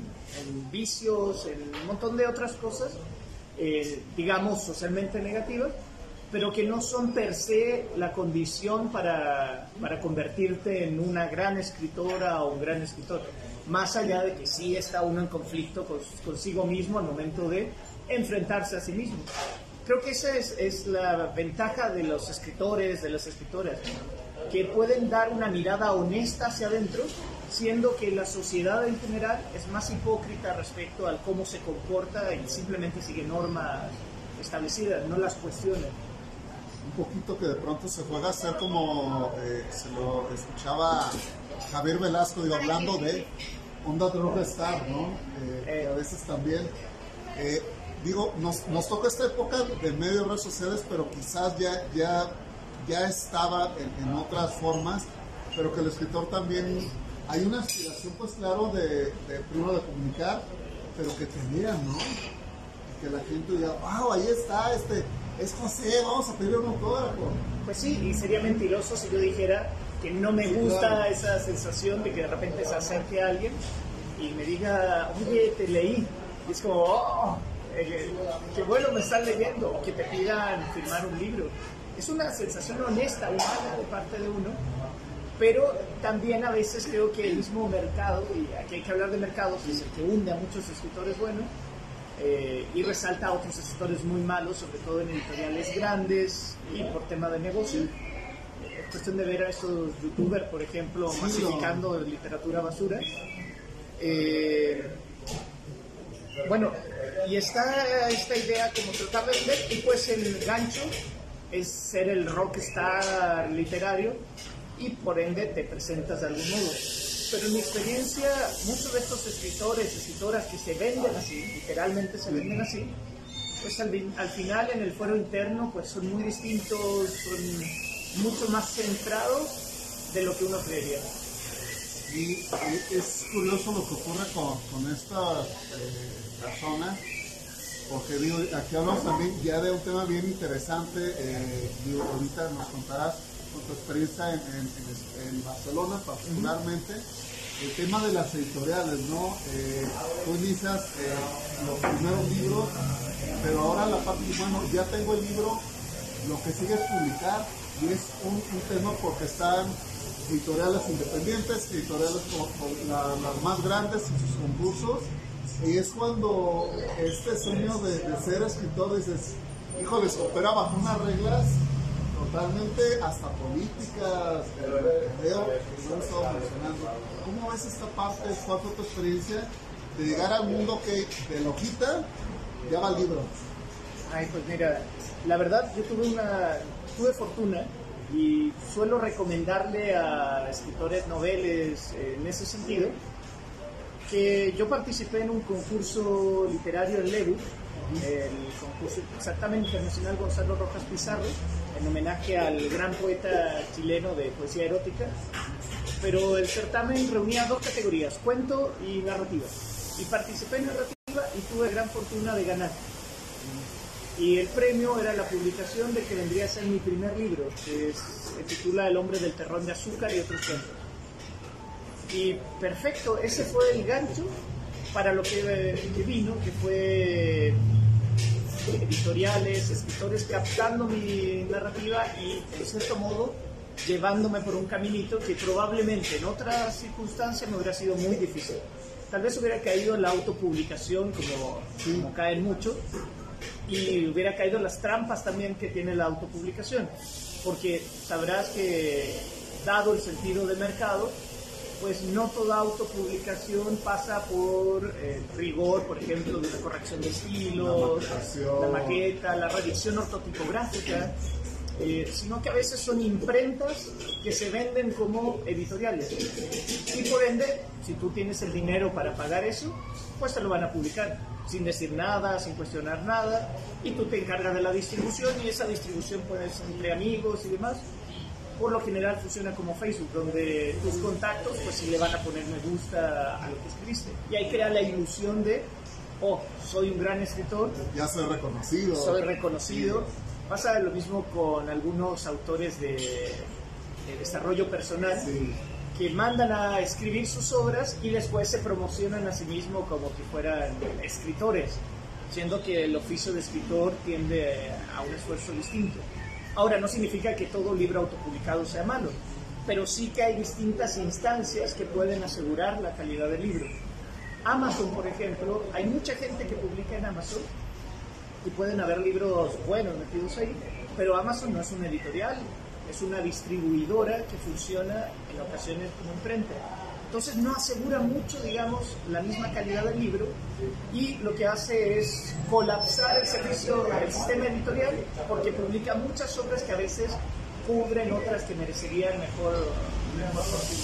en vicios, en un montón de otras cosas, Eh, digamos, socialmente negativas, pero que no son per se la condición para, para convertirte en una gran escritora o un gran escritor, más allá de que sí está uno en conflicto con, consigo mismo al momento de enfrentarse a sí mismo. Creo que esa es, es la ventaja de los escritores, de las escritoras, que pueden dar una mirada honesta hacia adentro, siendo que la sociedad en general es más hipócrita respecto al cómo se comporta y simplemente sigue normas establecidas, no las cuestiona. Un poquito que de pronto se juega a ser como eh, se lo escuchaba Javier Velasco, digo, hablando de onda droga star, ¿no? Eh, eh. Que a veces también, eh, digo, nos, nos toca esta época de medios, redes sociales, pero quizás ya, ya, ya estaba en, en otras formas, pero que el escritor también... hay una aspiración, pues claro, de, de primero de comunicar, pero que tenía, ¿no? Y que la gente diga, wow, ahí está, este, es José, vamos a pedir un autógrafo. Pues sí, y sería mentiroso si yo dijera que no me gusta esa sensación de que de repente se acerque a alguien y me diga, oye, te leí. Y es como, oh, eh, qué bueno me están leyendo, o que te pidan firmar un libro. Es una sensación honesta, humana de parte de uno, pero también a veces creo que el mismo mercado, y aquí hay que hablar de mercados, es el que hunde a muchos escritores buenos eh, y resalta a otros escritores muy malos, sobre todo en editoriales grandes y por tema de negocio. Es cuestión de ver a esos youtubers, por ejemplo, sí, masificando no. literatura basura. Eh, bueno, y está esta idea como tratar de vender, y pues el gancho es ser el rockstar literario y por ende te presentas de algún modo. Pero en mi experiencia, muchos de estos escritores, escritoras que se venden así, literalmente se venden así, pues al, al final en el fuero interno pues son muy distintos, son mucho más centrados de lo que uno creería. Y es curioso lo que ocurre con, con estas eh, personas, porque digo, aquí hablamos también ya de un tema bien interesante. Eh, digo, ahorita nos contarás con tu experiencia en, en, en, en Barcelona particularmente, uh-huh. el tema de las editoriales, ¿no? Eh, tú inicias eh, los primeros libros, pero ahora la parte, bueno, ya tengo el libro, lo que sigue es publicar, y es un, un tema porque están editoriales independientes, editoriales con, con la, las más grandes en sus concursos, y es cuando este sueño de, de ser escritor dices, híjoles, opera bajo unas reglas totalmente hasta políticas, eh, veo que no he estado mencionando. ¿Cómo ves esta parte? ¿Cuál fue tu experiencia de llegar al mundo que de la hojita ya va el libro? Ay, pues mira, la verdad yo tuve una, tuve fortuna y suelo recomendarle a escritores noveles eh, en ese sentido que yo participé en un concurso literario en Lebu, el concurso exactamente internacional Gonzalo Rojas Pizarro, en homenaje al gran poeta chileno de poesía erótica, pero el certamen reunía dos categorías, cuento y narrativa, y participé en narrativa y tuve gran fortuna de ganar. Y el premio era la publicación de que vendría a ser mi primer libro, que es, se titula El hombre del terrón de azúcar y otros cuentos. Y perfecto, ese fue el gancho para lo que, que vino, que fue editoriales, escritores captando mi narrativa y, en cierto modo, llevándome por un caminito que probablemente en otras circunstancias me hubiera sido muy difícil. Tal vez hubiera caído en la autopublicación, como, como caen mucho, y hubiera caído en las trampas también que tiene la autopublicación, porque sabrás que, dado el sentido de mercado, pues no toda autopublicación pasa por eh, rigor, por ejemplo, de la corrección de estilos, la, la maqueta, la revisión ortotipográfica, eh, sino que a veces son imprentas que se venden como editoriales. Y por ende, si tú tienes el dinero para pagar eso, pues te lo van a publicar, sin decir nada, sin cuestionar nada, y tú te encargas de la distribución, y esa distribución puede ser entre amigos y demás. Por lo general funciona como Facebook, donde tus contactos pues sí le van a poner me gusta a lo que escribiste. Y ahí crea la ilusión de, oh, soy un gran escritor. Ya soy reconocido. Soy reconocido. Sí. Pasa lo mismo con algunos autores de, de desarrollo personal, sí, que mandan a escribir sus obras y después se promocionan a sí mismos como que fueran escritores, siendo que el oficio de escritor tiende a un esfuerzo distinto. Ahora, no significa que todo libro autopublicado sea malo, pero sí que hay distintas instancias que pueden asegurar la calidad del libro. Amazon, por ejemplo, hay mucha gente que publica en Amazon y pueden haber libros buenos metidos ahí, pero Amazon no es una editorial, es una distribuidora que funciona en ocasiones como imprenta. Entonces no asegura mucho, digamos, la misma calidad del libro, y lo que hace es colapsar el servicio, el sistema editorial, porque publica muchas obras que a veces cubren otras que merecerían mejor, mejor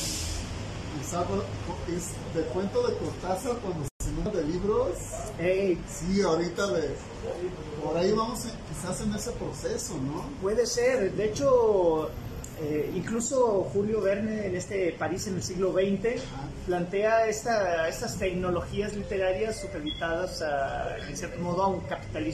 es de cuento de Cortázar cuando se habla de libros. Hey. Sí, ahorita de por ahí vamos quizás en ese proceso, ¿no? Puede ser, de hecho. Eh, incluso Julio Verne en este París en el siglo veinte plantea esta, estas tecnologías literarias supeditadas a, en cierto modo, a un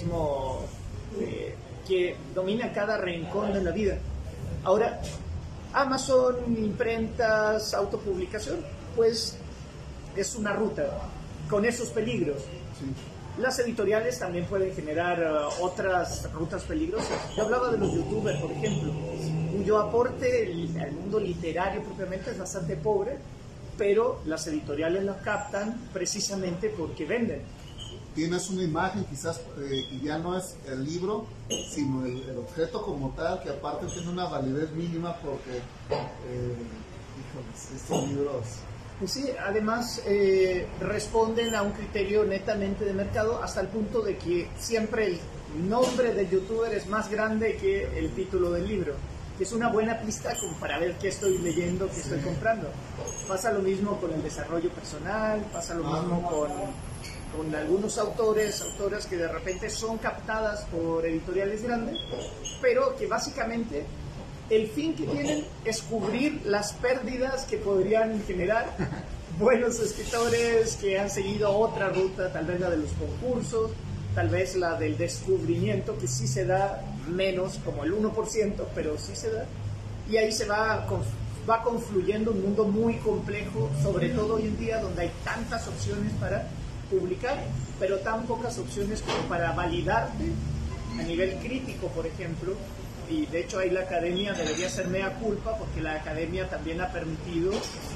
capitalismo eh, que domina cada rincón de la vida. Ahora, Amazon, imprentas, autopublicación, pues es una ruta con esos peligros. Sí. Las editoriales también pueden generar uh, otras rutas peligrosas. Yo hablaba de los youtubers, por ejemplo, cuyo aporte al mundo literario propiamente es bastante pobre, pero las editoriales lo captan precisamente porque venden. Tienes una imagen quizás eh, y ya no es el libro, sino el, el objeto como tal, que aparte tiene una validez mínima porque, eh, híjoles, estos libros... Pues sí, además eh, responden a un criterio netamente de mercado hasta el punto de que siempre el nombre del youtuber es más grande que el título del libro, que es una buena pista como para ver qué estoy leyendo, qué estoy comprando. Pasa lo mismo con el desarrollo personal, pasa lo mismo con... con algunos autores, autoras que de repente son captadas por editoriales grandes, pero que básicamente el fin que tienen es cubrir las pérdidas que podrían generar buenos escritores que han seguido otra ruta, tal vez la de los concursos, tal vez la del descubrimiento, que sí se da menos, como el uno por ciento, pero sí se da, y ahí se va, va confluyendo un mundo muy complejo, sobre todo hoy en día donde hay tantas opciones para publicar, pero tan pocas opciones como para validarte a nivel crítico, por ejemplo. Y de hecho ahí la academia debería ser mea culpa, porque la academia también ha permitido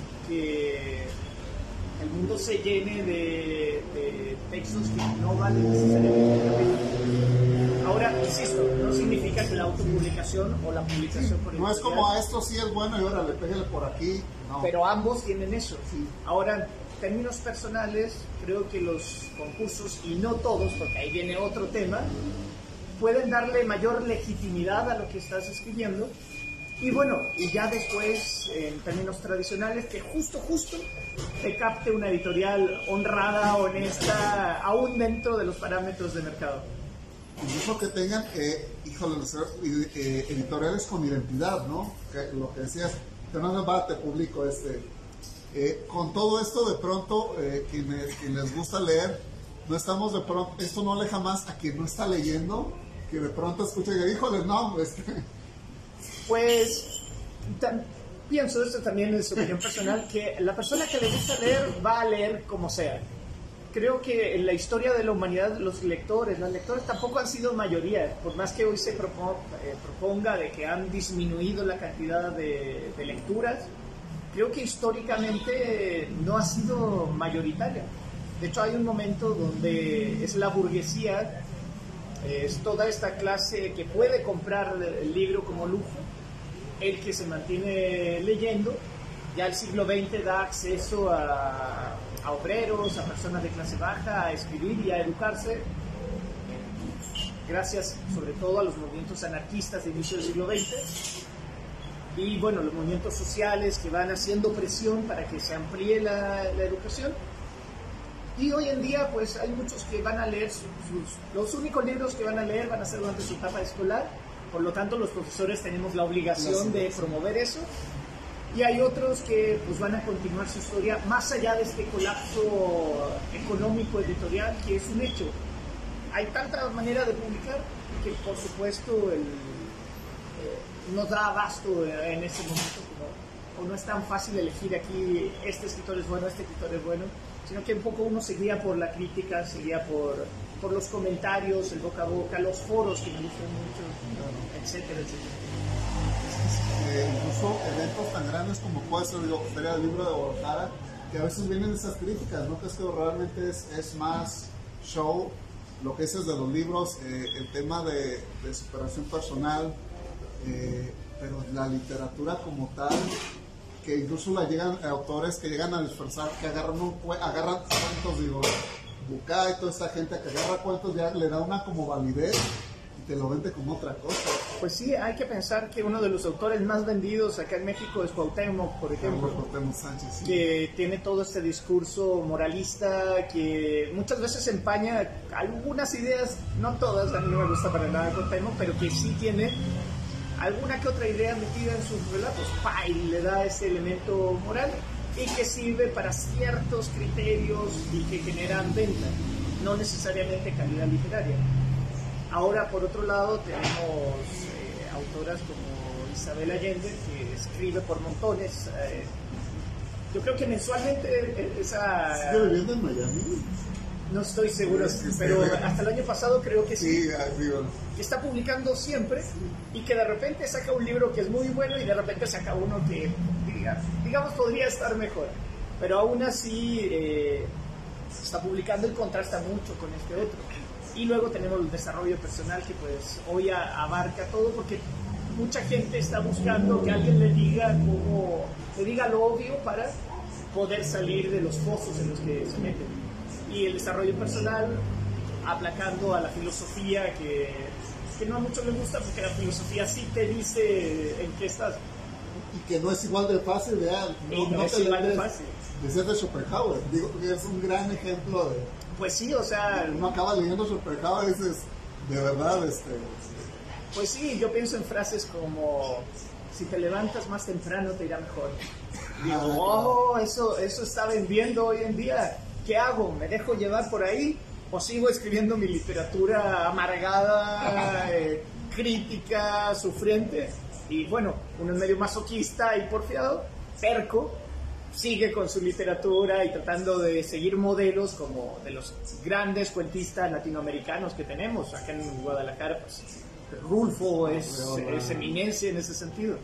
que el mundo se llene de, de textos que no valen necesariamente la pena. Ahora, insisto, no significa que la autopublicación o la publicación por el no es como a esto sí es bueno y ahora le pégale por aquí, no. Pero ambos tienen eso. Sí. Ahora, términos personales, creo que los concursos, y no todos, porque ahí viene otro tema, pueden darle mayor legitimidad a lo que estás escribiendo. Y bueno, y ya después, en términos tradicionales, que justo, justo te capte una editorial honrada, honesta, aún dentro de los parámetros de mercado. Incluso que tengan, eh, híjole, eh, editoriales con identidad, ¿no? Que, lo que decías, que no va, te publico este... Eh, con todo esto de pronto, eh, quienes, quienes les gusta leer, no estamos de pronto, esto no aleja más a quien no está leyendo, que de pronto escucha y diga, híjole, no, este... Pues, tam, pienso, esto también es opinión personal, que la persona que le gusta leer va a leer como sea. Creo que en la historia de la humanidad los lectores, los lectores tampoco han sido mayoría, por más que hoy se proponga, eh, proponga de que han disminuido la cantidad de, de lecturas, creo que históricamente no ha sido mayoritaria. De hecho, hay un momento donde es la burguesía, es toda esta clase que puede comprar el libro como lujo, el que se mantiene leyendo. Ya el siglo veinte da acceso a, a obreros, a personas de clase baja, a escribir y a educarse, gracias sobre todo a los movimientos anarquistas de inicio del siglo veinte. Y bueno, los movimientos sociales que van haciendo presión para que se amplíe la, la educación. Y hoy en día pues hay muchos que van a leer sus, sus, los únicos libros que van a leer van a ser durante su etapa escolar, por lo tanto los profesores tenemos la obligación de promover eso. Y hay otros que pues van a continuar su historia más allá de este colapso económico editorial que es un hecho. Hay tanta manera de publicar que por supuesto el no da abasto en ese momento, como, o no es tan fácil elegir aquí este escritor es bueno, este escritor es bueno, sino que un poco uno se guía por la crítica, se guía por, por los comentarios, el boca a boca, los foros que me gustan mucho, etcétera, etcétera. Eh, incluso eventos tan grandes como puede ser la Feria del Libro de Guadalajara, que a veces vienen esas críticas, ¿no? Que esto realmente es, es más show, lo que dices de los libros, eh, el tema de, de superación personal. Eh, pero la literatura como tal, que incluso la llegan autores que llegan a disfrazar, que agarran un, agarran cuentos, digo, Bucay, toda esta gente que agarra cuentos, ya le da una como validez y te lo vende como otra cosa. Pues sí, hay que pensar que uno de los autores más vendidos acá en México es Cuauhtémoc, por ejemplo, Cuauhtémoc Sánchez, sí. Que tiene todo este discurso moralista que muchas veces empaña algunas ideas, no todas, a mí no me gusta para nada Cuauhtémoc, pero que sí tiene alguna que otra idea metida en sus relatos, ¡pay! Le da ese elemento moral y que sirve para ciertos criterios y que generan venta, no necesariamente calidad literaria. Ahora, por otro lado, tenemos eh, autoras como Isabel Allende, que escribe por montones. Eh, yo creo que mensualmente esa... ¿Sigue viviendo en Miami? No estoy seguro, sí, sí, pero sí. Hasta el año pasado creo que sí. Sí, así, bueno. Que está publicando siempre y que de repente saca un libro que es muy bueno y de repente saca uno que, diga, digamos, podría estar mejor. Pero aún así eh, está publicando y contrasta mucho con este otro. Y luego tenemos el desarrollo personal, que pues hoy a, abarca todo, porque mucha gente está buscando que alguien le diga cómo, le diga lo obvio para poder salir de los pozos en los que se meten. Y el desarrollo personal aplacando a la filosofía, que, que no a muchos les gusta, porque la filosofía sí te dice en qué estás. Y que no es igual de fácil, ¿verdad? No, y no, no es igual de fácil. De ser de Schopenhauer, digo que es un gran ejemplo de... Pues sí, o sea... Uno acaba leyendo Schopenhauer y dices, de verdad, este... Pues sí, yo pienso en frases como, si te levantas más temprano te irá mejor. Digo, ah, oh, eso, eso está vendiendo hoy en día. ¿Qué hago? ¿Me dejo llevar por ahí? ¿O sigo escribiendo mi literatura amargada, eh, crítica, sufriente? Y bueno, uno es medio masoquista y porfiado, terco, sigue con su literatura y tratando de seguir modelos como de los grandes cuentistas latinoamericanos que tenemos. Acá en Guadalajara, pues Rulfo es, es eminencia en ese sentido.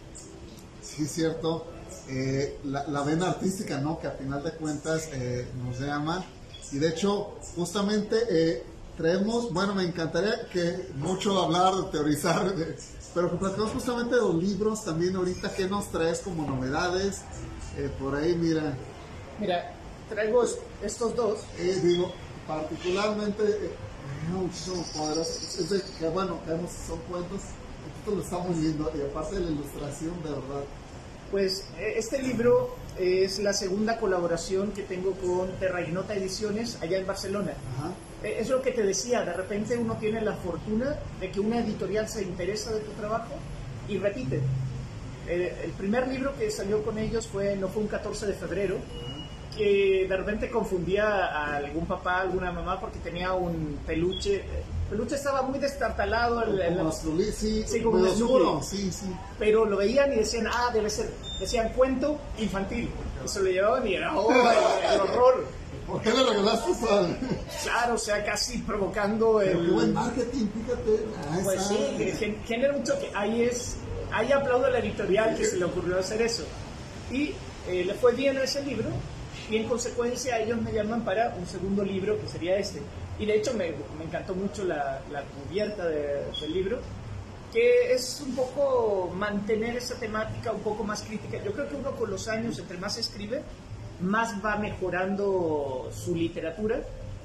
Sí, cierto. Eh, la, la vena artística, ¿no? Que a final de cuentas eh, nos llama. Y de hecho, justamente eh, traemos, bueno, me encantaría que mucho hablar, de teorizar, de, pero que platicamos justamente de los libros también ahorita. ¿Qué nos traes como novedades? Eh, por ahí, mira. Mira, traigo estos dos. Eh, digo, particularmente, eh, muchísimo poderoso. Es de que, bueno, vemos son cuentos. El título está muy lindo y aparte de la ilustración, de verdad. Pues este libro es la segunda colaboración que tengo con Terra Ignota Ediciones allá en Barcelona. Ajá. Es lo que te decía, de repente uno tiene la fortuna de que una editorial se interesa de tu trabajo y repite. El primer libro que salió con ellos fue No fue un catorce de febrero, que de repente confundía a algún papá, alguna mamá, porque tenía un peluche. El peluche estaba muy destartalado. El, el, como el, sí, sí, como el oscuro, sí, sí. Pero lo veían y decían, ah, debe ser, decían cuento infantil. Y se lo llevaban y era, oh, el, el horror. ¿Por qué le regalaste eso? Claro, o sea, casi provocando el... Pero qué buen marketing, fíjate. Ah, pues sí, que genera mucho que ahí es... Ahí aplaudo a la editorial que se le ocurrió hacer eso. Y eh, le fue bien a ese libro y en consecuencia ellos me llaman para un segundo libro que sería este. Y de hecho me, me encantó mucho la, la cubierta de, del libro, que es un poco mantener esa temática un poco más crítica. Yo creo que uno con los años, entre más escribe, más va mejorando su literatura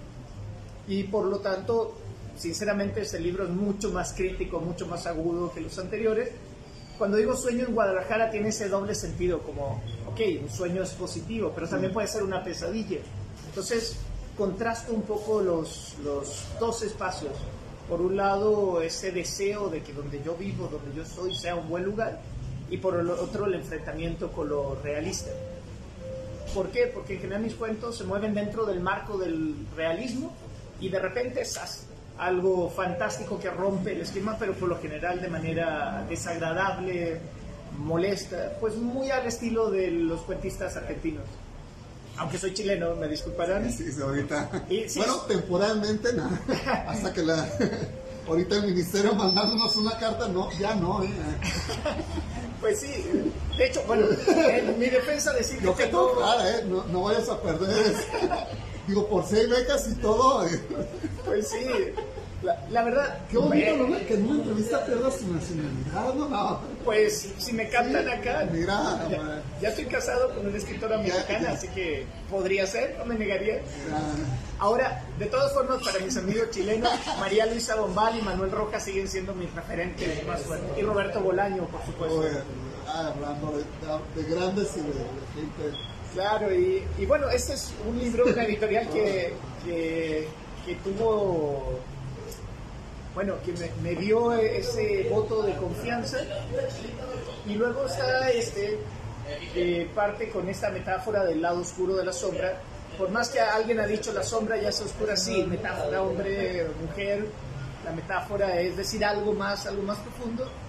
y por lo tanto, sinceramente, este libro es mucho más crítico, mucho más agudo que los anteriores. Cuando digo sueño en Guadalajara tiene ese doble sentido, como, ok, un sueño es positivo, pero también puede ser una pesadilla. Entonces, contrasto un poco los, los dos espacios. Por un lado, ese deseo de que donde yo vivo, donde yo soy, sea un buen lugar, y por el otro, el enfrentamiento con lo realista. ¿Por qué? Porque en general mis cuentos se mueven dentro del marco del realismo y de repente esas algo fantástico que rompe el esquema, pero por lo general de manera desagradable, molesta, pues muy al estilo de los cuentistas argentinos. Aunque soy chileno, me disculparán. Sí, sí, ahorita. Y, sí, bueno, temporalmente, no. Hasta que la... Ahorita el ministerio mandándonos una carta, no, ya no. ¿eh? Pues sí, de hecho, bueno, en mi defensa decir Yo que que tengo... claro, ¿eh? no, no vayas a perder. Digo, por seis becas y todo. ¿eh? Pues sí, la, la verdad... Qué bonito, ¿no? Que en una entrevista pierdas tu nacionalidad, ¿no? No. Pues si me captan acá... Mira, ya, ya estoy casado con una escritora mexicana, ya, ya. Así que podría ser, no me negaría. Ya. Ahora, de todas formas, para mis amigos chilenos, María Luisa Bombal y Manuel Rojas siguen siendo mis referentes más fuertes. Y Roberto Bolaño, por supuesto. Oye, ah, hablando de, de, de grandes y de, de gente... Claro, y, y bueno, este es un libro, una editorial que, que, que tuvo, bueno, que me, me dio ese voto de confianza. Y luego está este, que parte con esta metáfora del lado oscuro de la sombra. Por más que alguien ha dicho la sombra ya es oscura, sí, metáfora hombre, mujer, la metáfora es decir algo más, algo más profundo.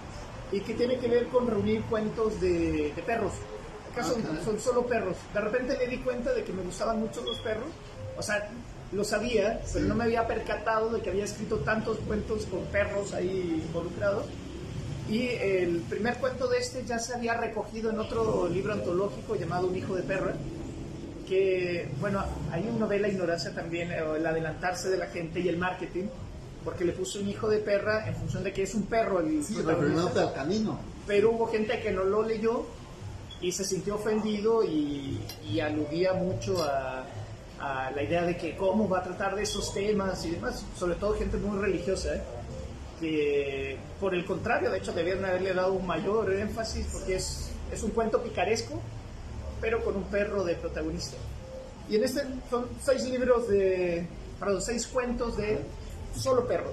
y que tiene que ver con reunir cuentos de, de perros. Acá son, Okay. son solo perros. De repente me di cuenta de que me gustaban mucho los perros. O sea, lo sabía, pero Sí. no me había percatado de que había escrito tantos cuentos con perros ahí involucrados. Y el primer cuento de este ya se había recogido en otro libro antológico llamado Un hijo de perra, que, bueno, hay una novela Ignorancia también, eh, el adelantarse de la gente y el marketing, porque le puse un hijo de perra en función de que es un perro el Sí, protagonista. refiriéndote al canino. Pero hubo gente que no lo leyó y se sintió ofendido y, y aludía mucho a, a la idea de que cómo va a tratar de esos temas y demás, sobre todo gente muy religiosa, ¿eh? Que por el contrario, de hecho, debieron haberle dado un mayor énfasis porque es, es un cuento picaresco, pero con un perro de protagonista. Y en este son seis libros de, perdón, seis cuentos de solo perros,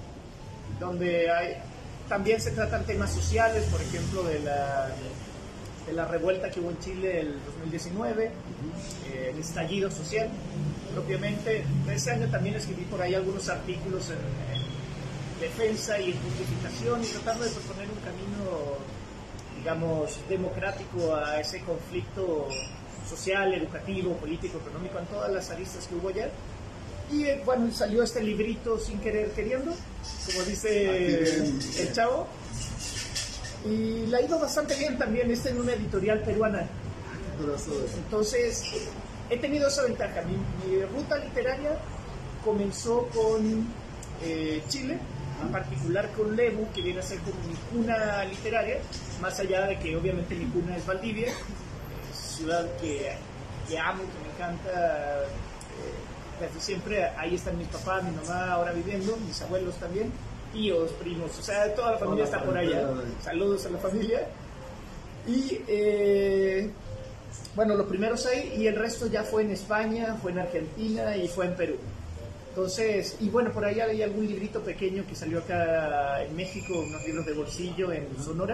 donde hay, también se tratan temas sociales, por ejemplo, de la, de la revuelta que hubo en Chile el dos mil diecinueve, eh, el estallido social, propiamente. Ese año también escribí por ahí algunos artículos en, en defensa y en justificación y tratando de proponer un camino, digamos, democrático a ese conflicto social, educativo, político, económico, en todas las aristas que hubo allá. Y eh, bueno, salió este librito sin querer queriendo, como dice el chavo, y le ha ido bastante bien también, este en una editorial peruana. Entonces, he tenido esa ventaja. Mi, mi ruta literaria comenzó con eh, Chile, en particular con Lebu, que viene a ser como mi cuna literaria, más allá de que obviamente mi cuna es Valdivia, eh, ciudad que, que amo, que me encanta. Eh, desde siempre ahí están mis papás, mi mamá ahora viviendo, mis abuelos también, tíos, primos, o sea, toda la familia está por allá. Saludos a la familia. Y eh, bueno, los primeros ahí, y el resto ya fue en España, fue en Argentina y fue en Perú. Entonces, y bueno, por ahí hay algún librito pequeño que salió acá en México, unos libros de bolsillo en Sonora,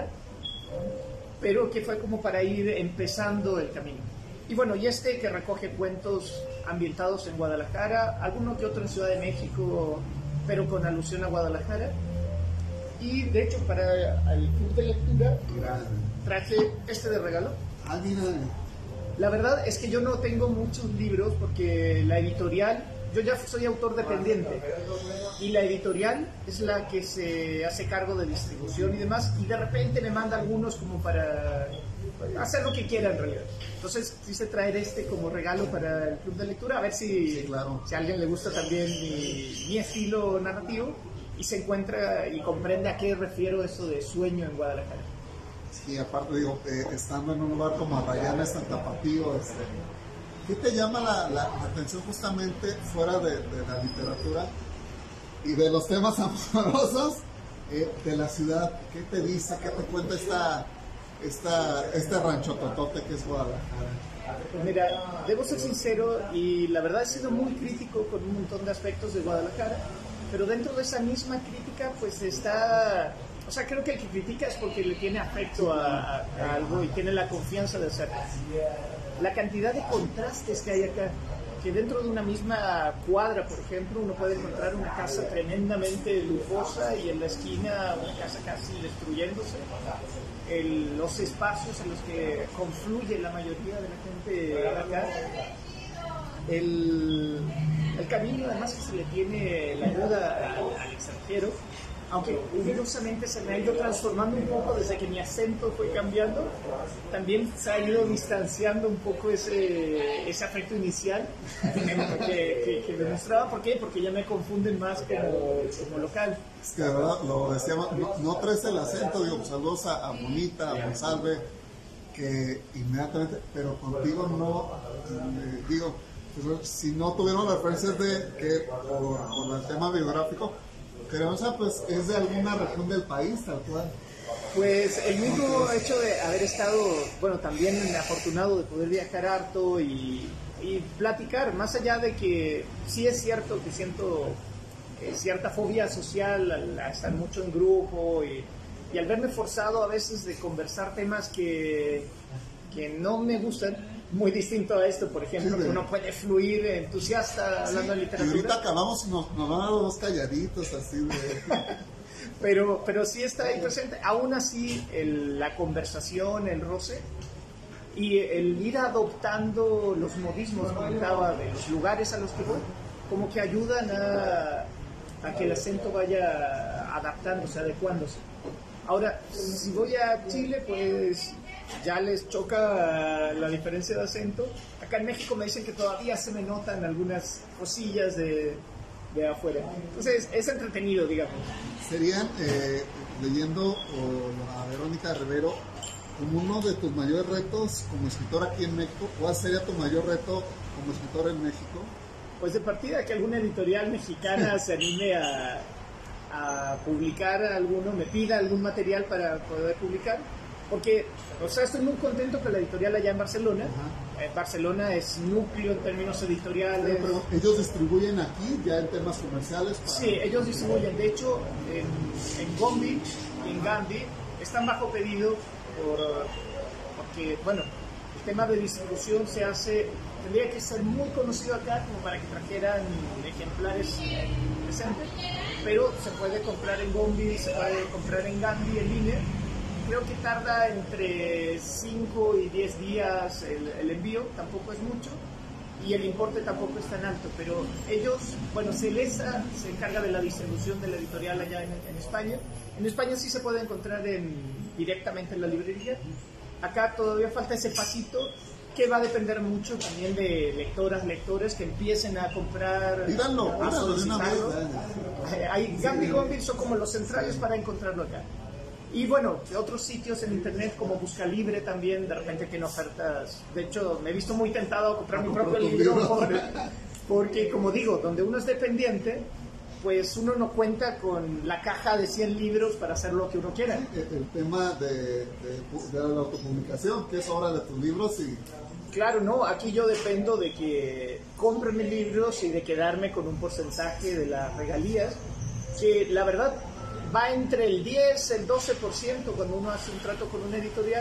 pero que fue como para ir empezando el camino. Y bueno, y este que recoge cuentos ambientados en Guadalajara, alguno que otro en Ciudad de México, pero con alusión a Guadalajara. Y de hecho, para el club de lectura traje este de regalo. Ah, mira. La verdad es que yo no tengo muchos libros porque la editorial, yo ya soy autor dependiente y la editorial es la que se hace cargo de distribución y demás, y de repente me manda algunos como para hacer lo que quiera en realidad. Entonces quise traer este como regalo para el club de lectura, a ver si, Sí, claro. si a alguien le gusta también mi, mi estilo narrativo y se encuentra y comprende a qué refiero eso de sueño en Guadalajara. Sí, aparte digo, eh, estando en un lugar como Arrayanes, en Tapatío, este, ¿qué te llama la, la, la atención justamente fuera de, de la literatura y de los temas amorosos eh, de la ciudad? ¿Qué te dice, qué te cuenta esta, esta, este rancho totote que es Guadalajara? Pues mira, debo ser sincero y la verdad he sido muy crítico con un montón de aspectos de Guadalajara, pero dentro de esa misma crítica pues está, o sea, creo que el que critica es porque le tiene afecto a, a, a algo y tiene la confianza de hacerlo. La cantidad de contrastes que hay acá, que dentro de una misma cuadra, por ejemplo, uno puede encontrar una casa tremendamente lujosa y en la esquina una casa casi destruyéndose. El, los espacios en los que confluye la mayoría de la gente de acá, el, el camino además que se le tiene la ayuda al, al extranjero, aunque curiosamente se me ha ido transformando un poco desde que mi acento fue cambiando, también se ha ido distanciando un poco ese, ese afecto inicial que, que, que me mostraba. ¿Por qué? Porque ya me confunden más como, como local. Es que de verdad, lo decíamos, no, no traes el acento, digo, pues, saludos a, a Bonita, a Monsalve, que inmediatamente, pero contigo no, eh, digo, pues, si no tuvieron referencias de que por, por el tema biográfico, Creonza pues es de alguna región del país, tal cual. Pues el mismo hecho de haber estado, bueno, también afortunado de poder viajar harto y, y platicar, más allá de que sí es cierto que siento eh, cierta fobia social al, a estar mucho en grupo y, y al verme forzado a veces de conversar temas que, que no me gustan, muy distinto a esto, por ejemplo, sí, que uno puede fluir entusiasta hablando sí, de literatura. Y ahorita acabamos y nos, nos van a dar dos calladitos así de... pero, pero sí está ahí presente. Aún así, el, la conversación, el roce y el ir adoptando los modismos, comentaba, de los lugares a los que voy, como que ayudan a, a que el acento vaya adaptándose, adecuándose. Ahora, si voy a Chile, pues ya les choca la diferencia de acento. Acá en México me dicen que todavía se me notan algunas cosillas de, de afuera. Entonces, es entretenido, digamos. Serían, eh, leyendo o, a Verónica Rivero, como uno de tus mayores retos como escritor aquí en México, ¿cuál sería tu mayor reto como escritor en México? Pues de partida que alguna editorial mexicana se anime a, a publicar alguno, me pida algún material para poder publicar, porque, o sea, estoy muy contento que la editorial allá en Barcelona, eh, Barcelona es núcleo en términos editoriales. Pero, pero ellos distribuyen aquí ya en temas comerciales. Para... Sí, ellos distribuyen, de hecho, en, en Gombi y en Gandhi están bajo pedido por, porque, bueno, el tema de distribución se hace, tendría que ser muy conocido acá como para que trajeran ejemplares presentes, pero se puede comprar en Gombi, se puede comprar en Gandhi en línea. Creo que tarda entre cinco y diez días el, el envío, tampoco es mucho, y el importe tampoco es tan alto, pero ellos, bueno, Celesa se encarga de la distribución de la editorial allá en, en España. En España sí se puede encontrar en, directamente en la librería. Acá todavía falta ese pasito, que va a depender mucho también de lectoras, lectores que empiecen a comprar, díganlo, a solicitarlo. vez, Hay Gandhi y Gombi son como los centrales sí. para encontrarlo acá. Y bueno, otros sitios en internet como Buscalibre también de repente tienen ofertas. De hecho, me he visto muy tentado a comprar mi propio libro por, porque, como digo, donde uno es dependiente, pues uno no cuenta con la caja de cien libros para hacer lo que uno quiera. Sí, el, el tema de, de, de la autopublicación, que es obra de tus libros y... Claro, no, aquí yo dependo de que compren mis libros y de quedarme con un porcentaje de las regalías, que la verdad va entre el diez, el doce por ciento cuando uno hace un trato con una editorial,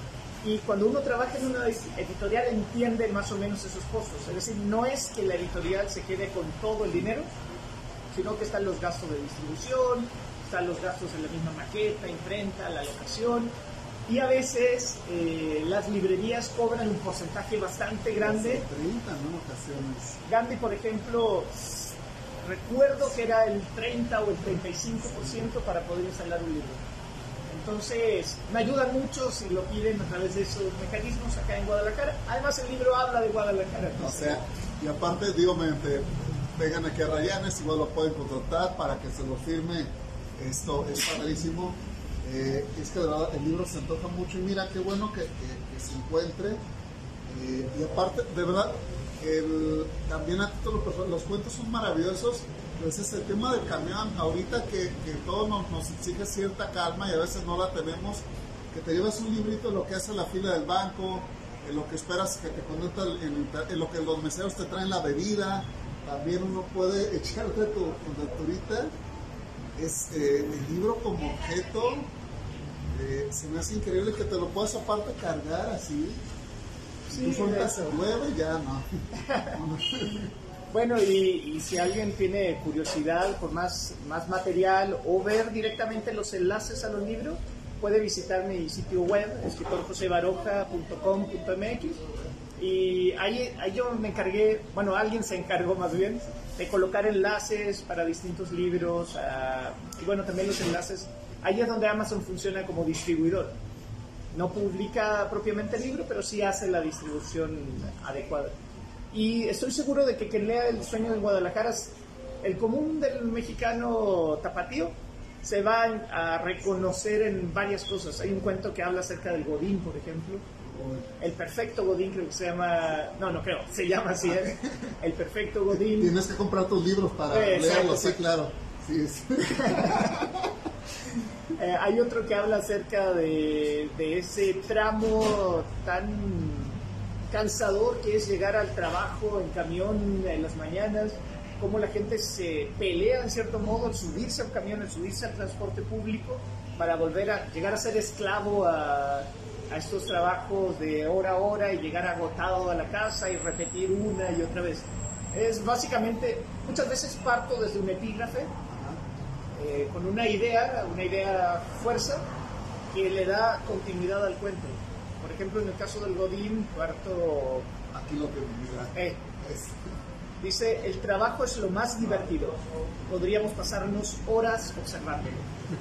y cuando uno trabaja en una editorial entiende más o menos esos costos. Es decir, no es que la editorial se quede con todo el dinero, sino que están los gastos de distribución, están los gastos en la misma maqueta, imprenta, la locación, y a veces eh, las librerías cobran un porcentaje bastante grande. treinta, ¿no? En ocasiones. Gandhi, por ejemplo, recuerdo que era el treinta o el treinta y cinco por ciento para poder instalar un libro. Entonces, me ayudan mucho si lo piden a través de esos mecanismos acá en Guadalajara. Además, el libro habla de Guadalajara. O sea, y aparte, digo, me, me, vengan aquí a Rayanes, igual lo pueden contratar para que se lo firme. Esto es padrísimo. Eh, es que de verdad el libro se antoja mucho y mira qué bueno que, que, que se encuentre. Eh, y aparte, de verdad, el, también a título personal, los cuentos son maravillosos. Pues es el tema del camión, ahorita que, que todo nos, nos exige cierta calma y a veces no la tenemos, que te llevas un librito en lo que hace la fila del banco, en lo que esperas que te conecta, en, en lo que los meseros te traen la bebida, también uno puede echarte tu, tu lecturita. Es, eh, el libro como objeto, eh, se me hace increíble que te lo puedas aparte cargar así. Sí, tú sueltas el huevo y ya no. Bueno, y, y si alguien tiene curiosidad por más, más material o ver directamente los enlaces a los libros, puede visitar mi sitio web, escritor jose baroja punto com punto m x, y ahí, ahí yo me encargué, bueno, alguien se encargó más bien, de colocar enlaces para distintos libros, uh, y bueno, también los enlaces, ahí es donde Amazon funciona como distribuidor. No publica propiamente el libro, pero sí hace la distribución adecuada. Y estoy seguro de que quien lea El sueño de Guadalajara, el común del mexicano tapatío, se va a reconocer en varias cosas. Hay un cuento que habla acerca del Godín, por ejemplo. El perfecto Godín, creo que se llama... No, no creo, se llama así, ¿eh? El perfecto Godín. Tienes que comprar tus libros para eh, leerlos, sí, claro. Sí, sí. eh, hay otro que habla acerca de, de ese tramo tan cansador que es llegar al trabajo en camión en las mañanas, cómo la gente se pelea en cierto modo al subirse a un camión, al subirse al transporte público para volver a llegar a ser esclavo a, a estos trabajos de hora a hora y llegar agotado a la casa y repetir una y otra vez. Es básicamente, muchas veces parto desde un epígrafe eh, con una idea, una idea fuerza, que le da continuidad al cuento. Por ejemplo, en el caso del Godín, cuarto... Aquí lo que mira. Eh, dice, el trabajo es lo más divertido. Podríamos pasarnos horas observándolo.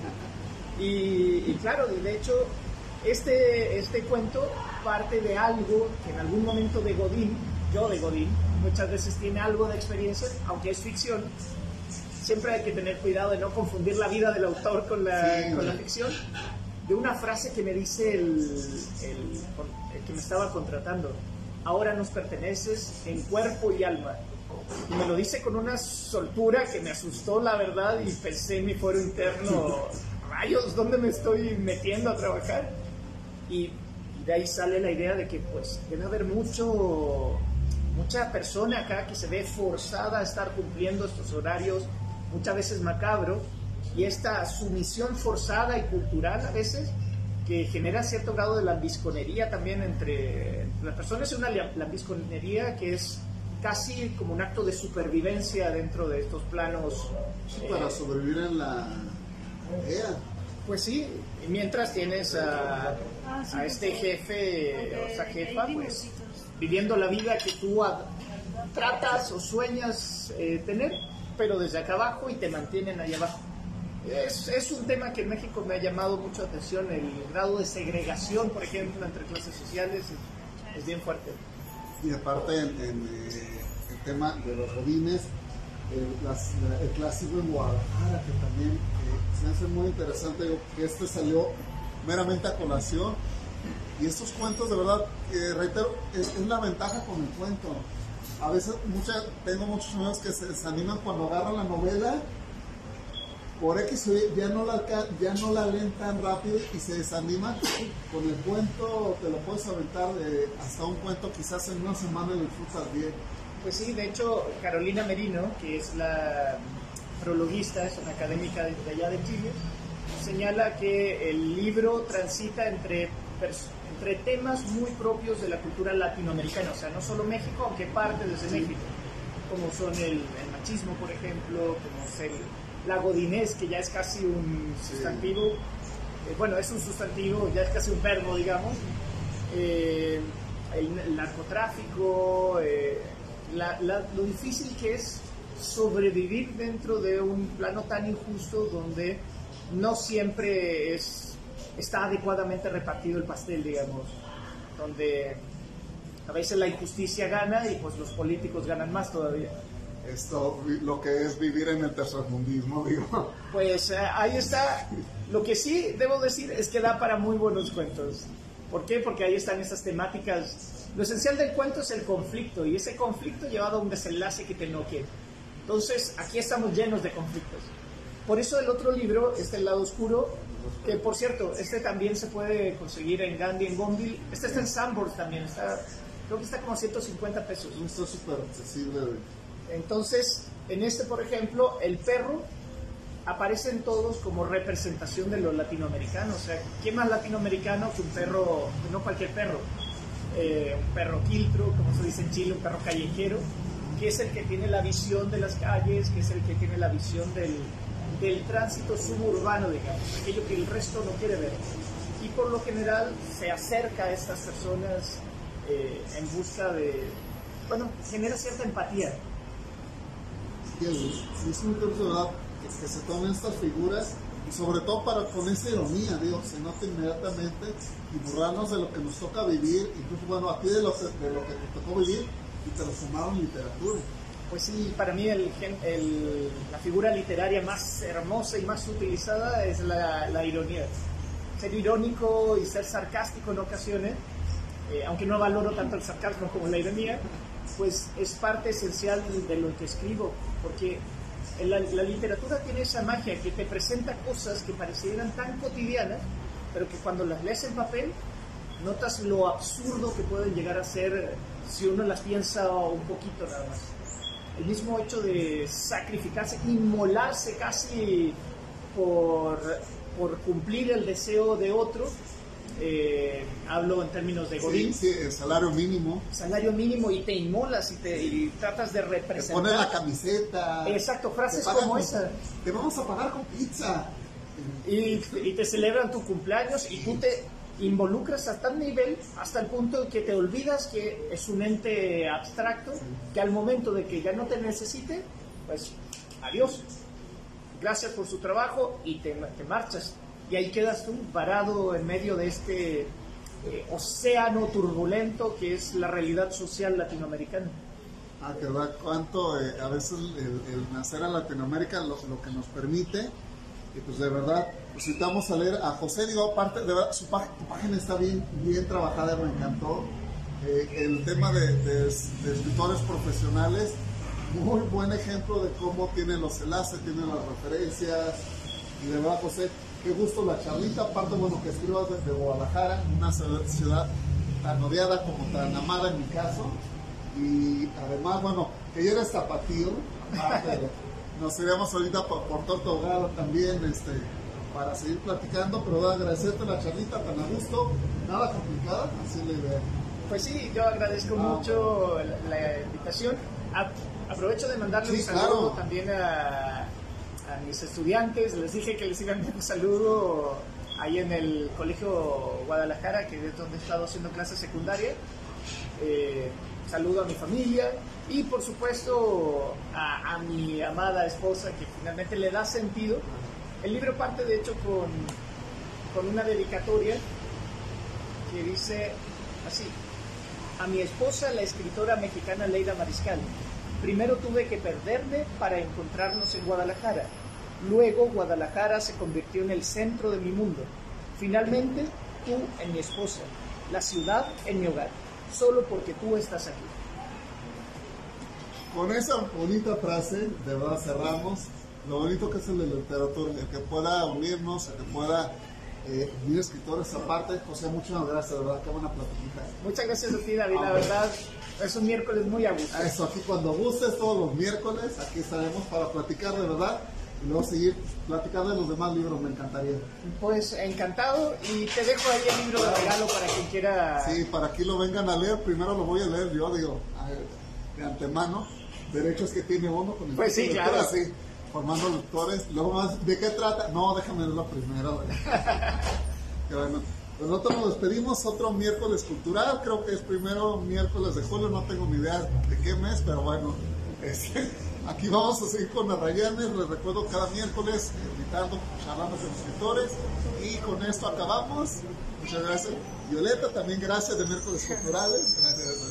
Y, y claro, de hecho, este, este cuento parte de algo que en algún momento de Godín, yo de Godín, muchas veces tiene algo de experiencia, aunque es ficción. Siempre hay que tener cuidado de no confundir la vida del autor con la, sí, con la ficción. De una frase que me dice el, el, el que me estaba contratando: ahora nos perteneces en cuerpo y alma. Y me lo dice con una soltura que me asustó, la verdad, y pensé en mi fuero interno, rayos, ¿dónde me estoy metiendo a trabajar? Y, y de ahí sale la idea de que pues debe haber mucho, mucha persona acá que se ve forzada a estar cumpliendo estos horarios, muchas veces macabro, y esta sumisión forzada y cultural a veces, que genera cierto grado de lambisconería también entre las personas. Es una lambisconería que es casi como un acto de supervivencia dentro de estos planos. Sí, para eh, sobrevivir en la era. Pues sí, mientras tienes a, a este jefe o esa jefa, pues viviendo la vida que tú a, tratas o sueñas eh, tener, pero desde acá abajo, y te mantienen ahí abajo. Es, es un tema que en México me ha llamado mucho la atención. El grado de segregación, por ejemplo, entre clases sociales es, es bien fuerte. Y aparte en, en eh, el tema de los godines, el, las, la, el clásico en Guadalajara, que también eh, se me hace muy interesante, digo, que este salió meramente a colación. Y estos cuentos, de verdad, eh, reitero, es, es la ventaja con el cuento. A veces mucha, tengo muchos amigos que se desaniman cuando agarran la novela, por X o Y, ya no la, ya no la leen tan rápido y se desaniman. Con el cuento te lo puedes aventar de hasta un cuento, quizás en una semana lo disfrutas bien. Pues sí, de hecho, Carolina Merino, que es la prologuista, es una académica de allá de Chile, señala que el libro transita entre, entre temas muy propios de la cultura latinoamericana, o sea, no solo México, aunque parte desde sí. México, como son el, el machismo, por ejemplo, como es el... la godinés, que ya es casi un sustantivo, sí. eh, bueno, es un sustantivo, ya es casi un verbo, digamos, eh, el, el narcotráfico, eh, la, la, lo difícil que es sobrevivir dentro de un plano tan injusto donde no siempre es, está adecuadamente repartido el pastel, digamos, donde a veces la injusticia gana y pues los políticos ganan más todavía. Esto, lo que es vivir en el tercermundismo, digo. Pues eh, ahí está. Lo que sí debo decir es que da para muy buenos cuentos. ¿Por qué? Porque ahí están esas temáticas. Lo esencial del cuento es el conflicto, y ese conflicto llevado a un desenlace que te enoje. Entonces, aquí estamos llenos de conflictos. Por eso el otro libro, este El lado oscuro, que por cierto, este también se puede conseguir en Gandhi, en Gonville. Este está en Sanborns también, está, creo que está como a ciento cincuenta pesos. Está súper accesible. Entonces, en este, por ejemplo, el perro aparecen todos como representación de lo latinoamericano. O sea, ¿quién más latinoamericano que un perro, no cualquier perro? Eh, un perro quiltro, como se dice en Chile, un perro callejero, que es el que tiene la visión de las calles, que es el que tiene la visión del, del tránsito suburbano, digamos, aquello que el resto no quiere ver. Y por lo general se acerca a estas personas eh, en busca de, bueno, genera cierta empatía. Y es muy curioso, ¿verdad?, que, que se tomen estas figuras y sobre todo para con esa ironía, digo, se nota inmediatamente, y burlarnos de lo que nos toca vivir, incluso, bueno, a ti de lo que, de lo que te tocó vivir, y te lo sumaron en literatura. Pues sí, para mí el, el, la figura literaria más hermosa y más utilizada es la, la ironía. Ser irónico y ser sarcástico en ocasiones, eh, aunque no valoro tanto el sarcasmo como la ironía, pues es parte esencial de lo que escribo, porque la, la literatura tiene esa magia que te presenta cosas que parecieran tan cotidianas, pero que cuando las lees en papel notas lo absurdo que pueden llegar a ser si uno las piensa un poquito nada más. El mismo hecho de sacrificarse, inmolarse casi por, por cumplir el deseo de otro, eh, hablo en términos de Godín. Sí, sí, el salario mínimo. Salario mínimo y te inmolas y, te, y tratas de representar. Te pones la camiseta. Exacto, frases como esa. Te vamos a pagar con pizza. Y, y te celebran tu cumpleaños y tú te involucras a tal nivel hasta el punto de que te olvidas que es un ente abstracto, que al momento de que ya no te necesite, pues adiós. Gracias por su trabajo y te, te marchas. Y ahí quedas tú varado en medio de este eh, océano turbulento que es la realidad social latinoamericana. Ah, que verdad, cuánto eh, a veces el, el nacer en Latinoamérica lo, lo que nos permite. Y pues de verdad, pues si te vamos a leer a José, digo, aparte, de verdad, su página, tu página está bien, bien trabajada, me encantó. Eh, el tema de, de, de escritores profesionales, muy buen ejemplo de cómo tienen los enlaces, tienen las referencias. Y de verdad, José, qué gusto la charlita. Aparte, bueno, que escribas desde Guadalajara, una ciudad tan odiada como tan amada en mi caso. Y además, bueno, que ya eres tapatío, aparte de, nos iríamos ahorita por, por Torta Ahogada también, este, para seguir platicando, pero voy a agradecerte la charlita tan a gusto, nada complicada, así la idea. Pues sí, yo agradezco ah, mucho la, la invitación. A, aprovecho de mandarle sí, un saludo claro. también a, a mis estudiantes, les dije que les iba a enviar un saludo ahí en el Colegio Guadalajara, que es donde he estado haciendo clases secundarias. Eh, saludo a mi familia y por supuesto a, a mi amada esposa, que finalmente le da sentido. El libro parte de hecho con, con una dedicatoria que dice así: a mi esposa, la escritora mexicana Leida Mariscal. Primero tuve que perderme para encontrarnos en Guadalajara. Luego Guadalajara se convirtió en el centro de mi mundo. Finalmente tú en mi esposa, la ciudad en mi hogar. Solo porque tú estás aquí. Con esa bonita frase, de verdad cerramos. Lo bonito que es el de la literatura, el que pueda unirnos, el que pueda eh, unir escritores aparte. José, muchas gracias, de verdad, qué buena platiquita. Muchas gracias a ti, David, la verdad, es un miércoles muy a gusto. Eso, aquí cuando gustes, todos los miércoles, aquí estaremos para platicar de verdad. Y luego seguir platicando de los demás libros, me encantaría. Pues encantado, y te dejo ahí el libro de regalo para quien quiera. Sí, para que lo vengan a leer, primero lo voy a leer yo, digo, de antemano, derechos que tiene uno con el pues sí, claro. Así, formando lectores, luego más, ¿de qué trata? No, déjame leerlo primero. Que bueno, pues nosotros nos despedimos, otro miércoles cultural, creo que es primero miércoles de julio, no tengo ni idea de qué mes, pero bueno, este... aquí vamos a seguir con Arrayanes, les recuerdo cada miércoles invitando, charlando con escritores, y con esto acabamos. Muchas gracias. Violeta, también gracias de miércoles culturales. Gracias.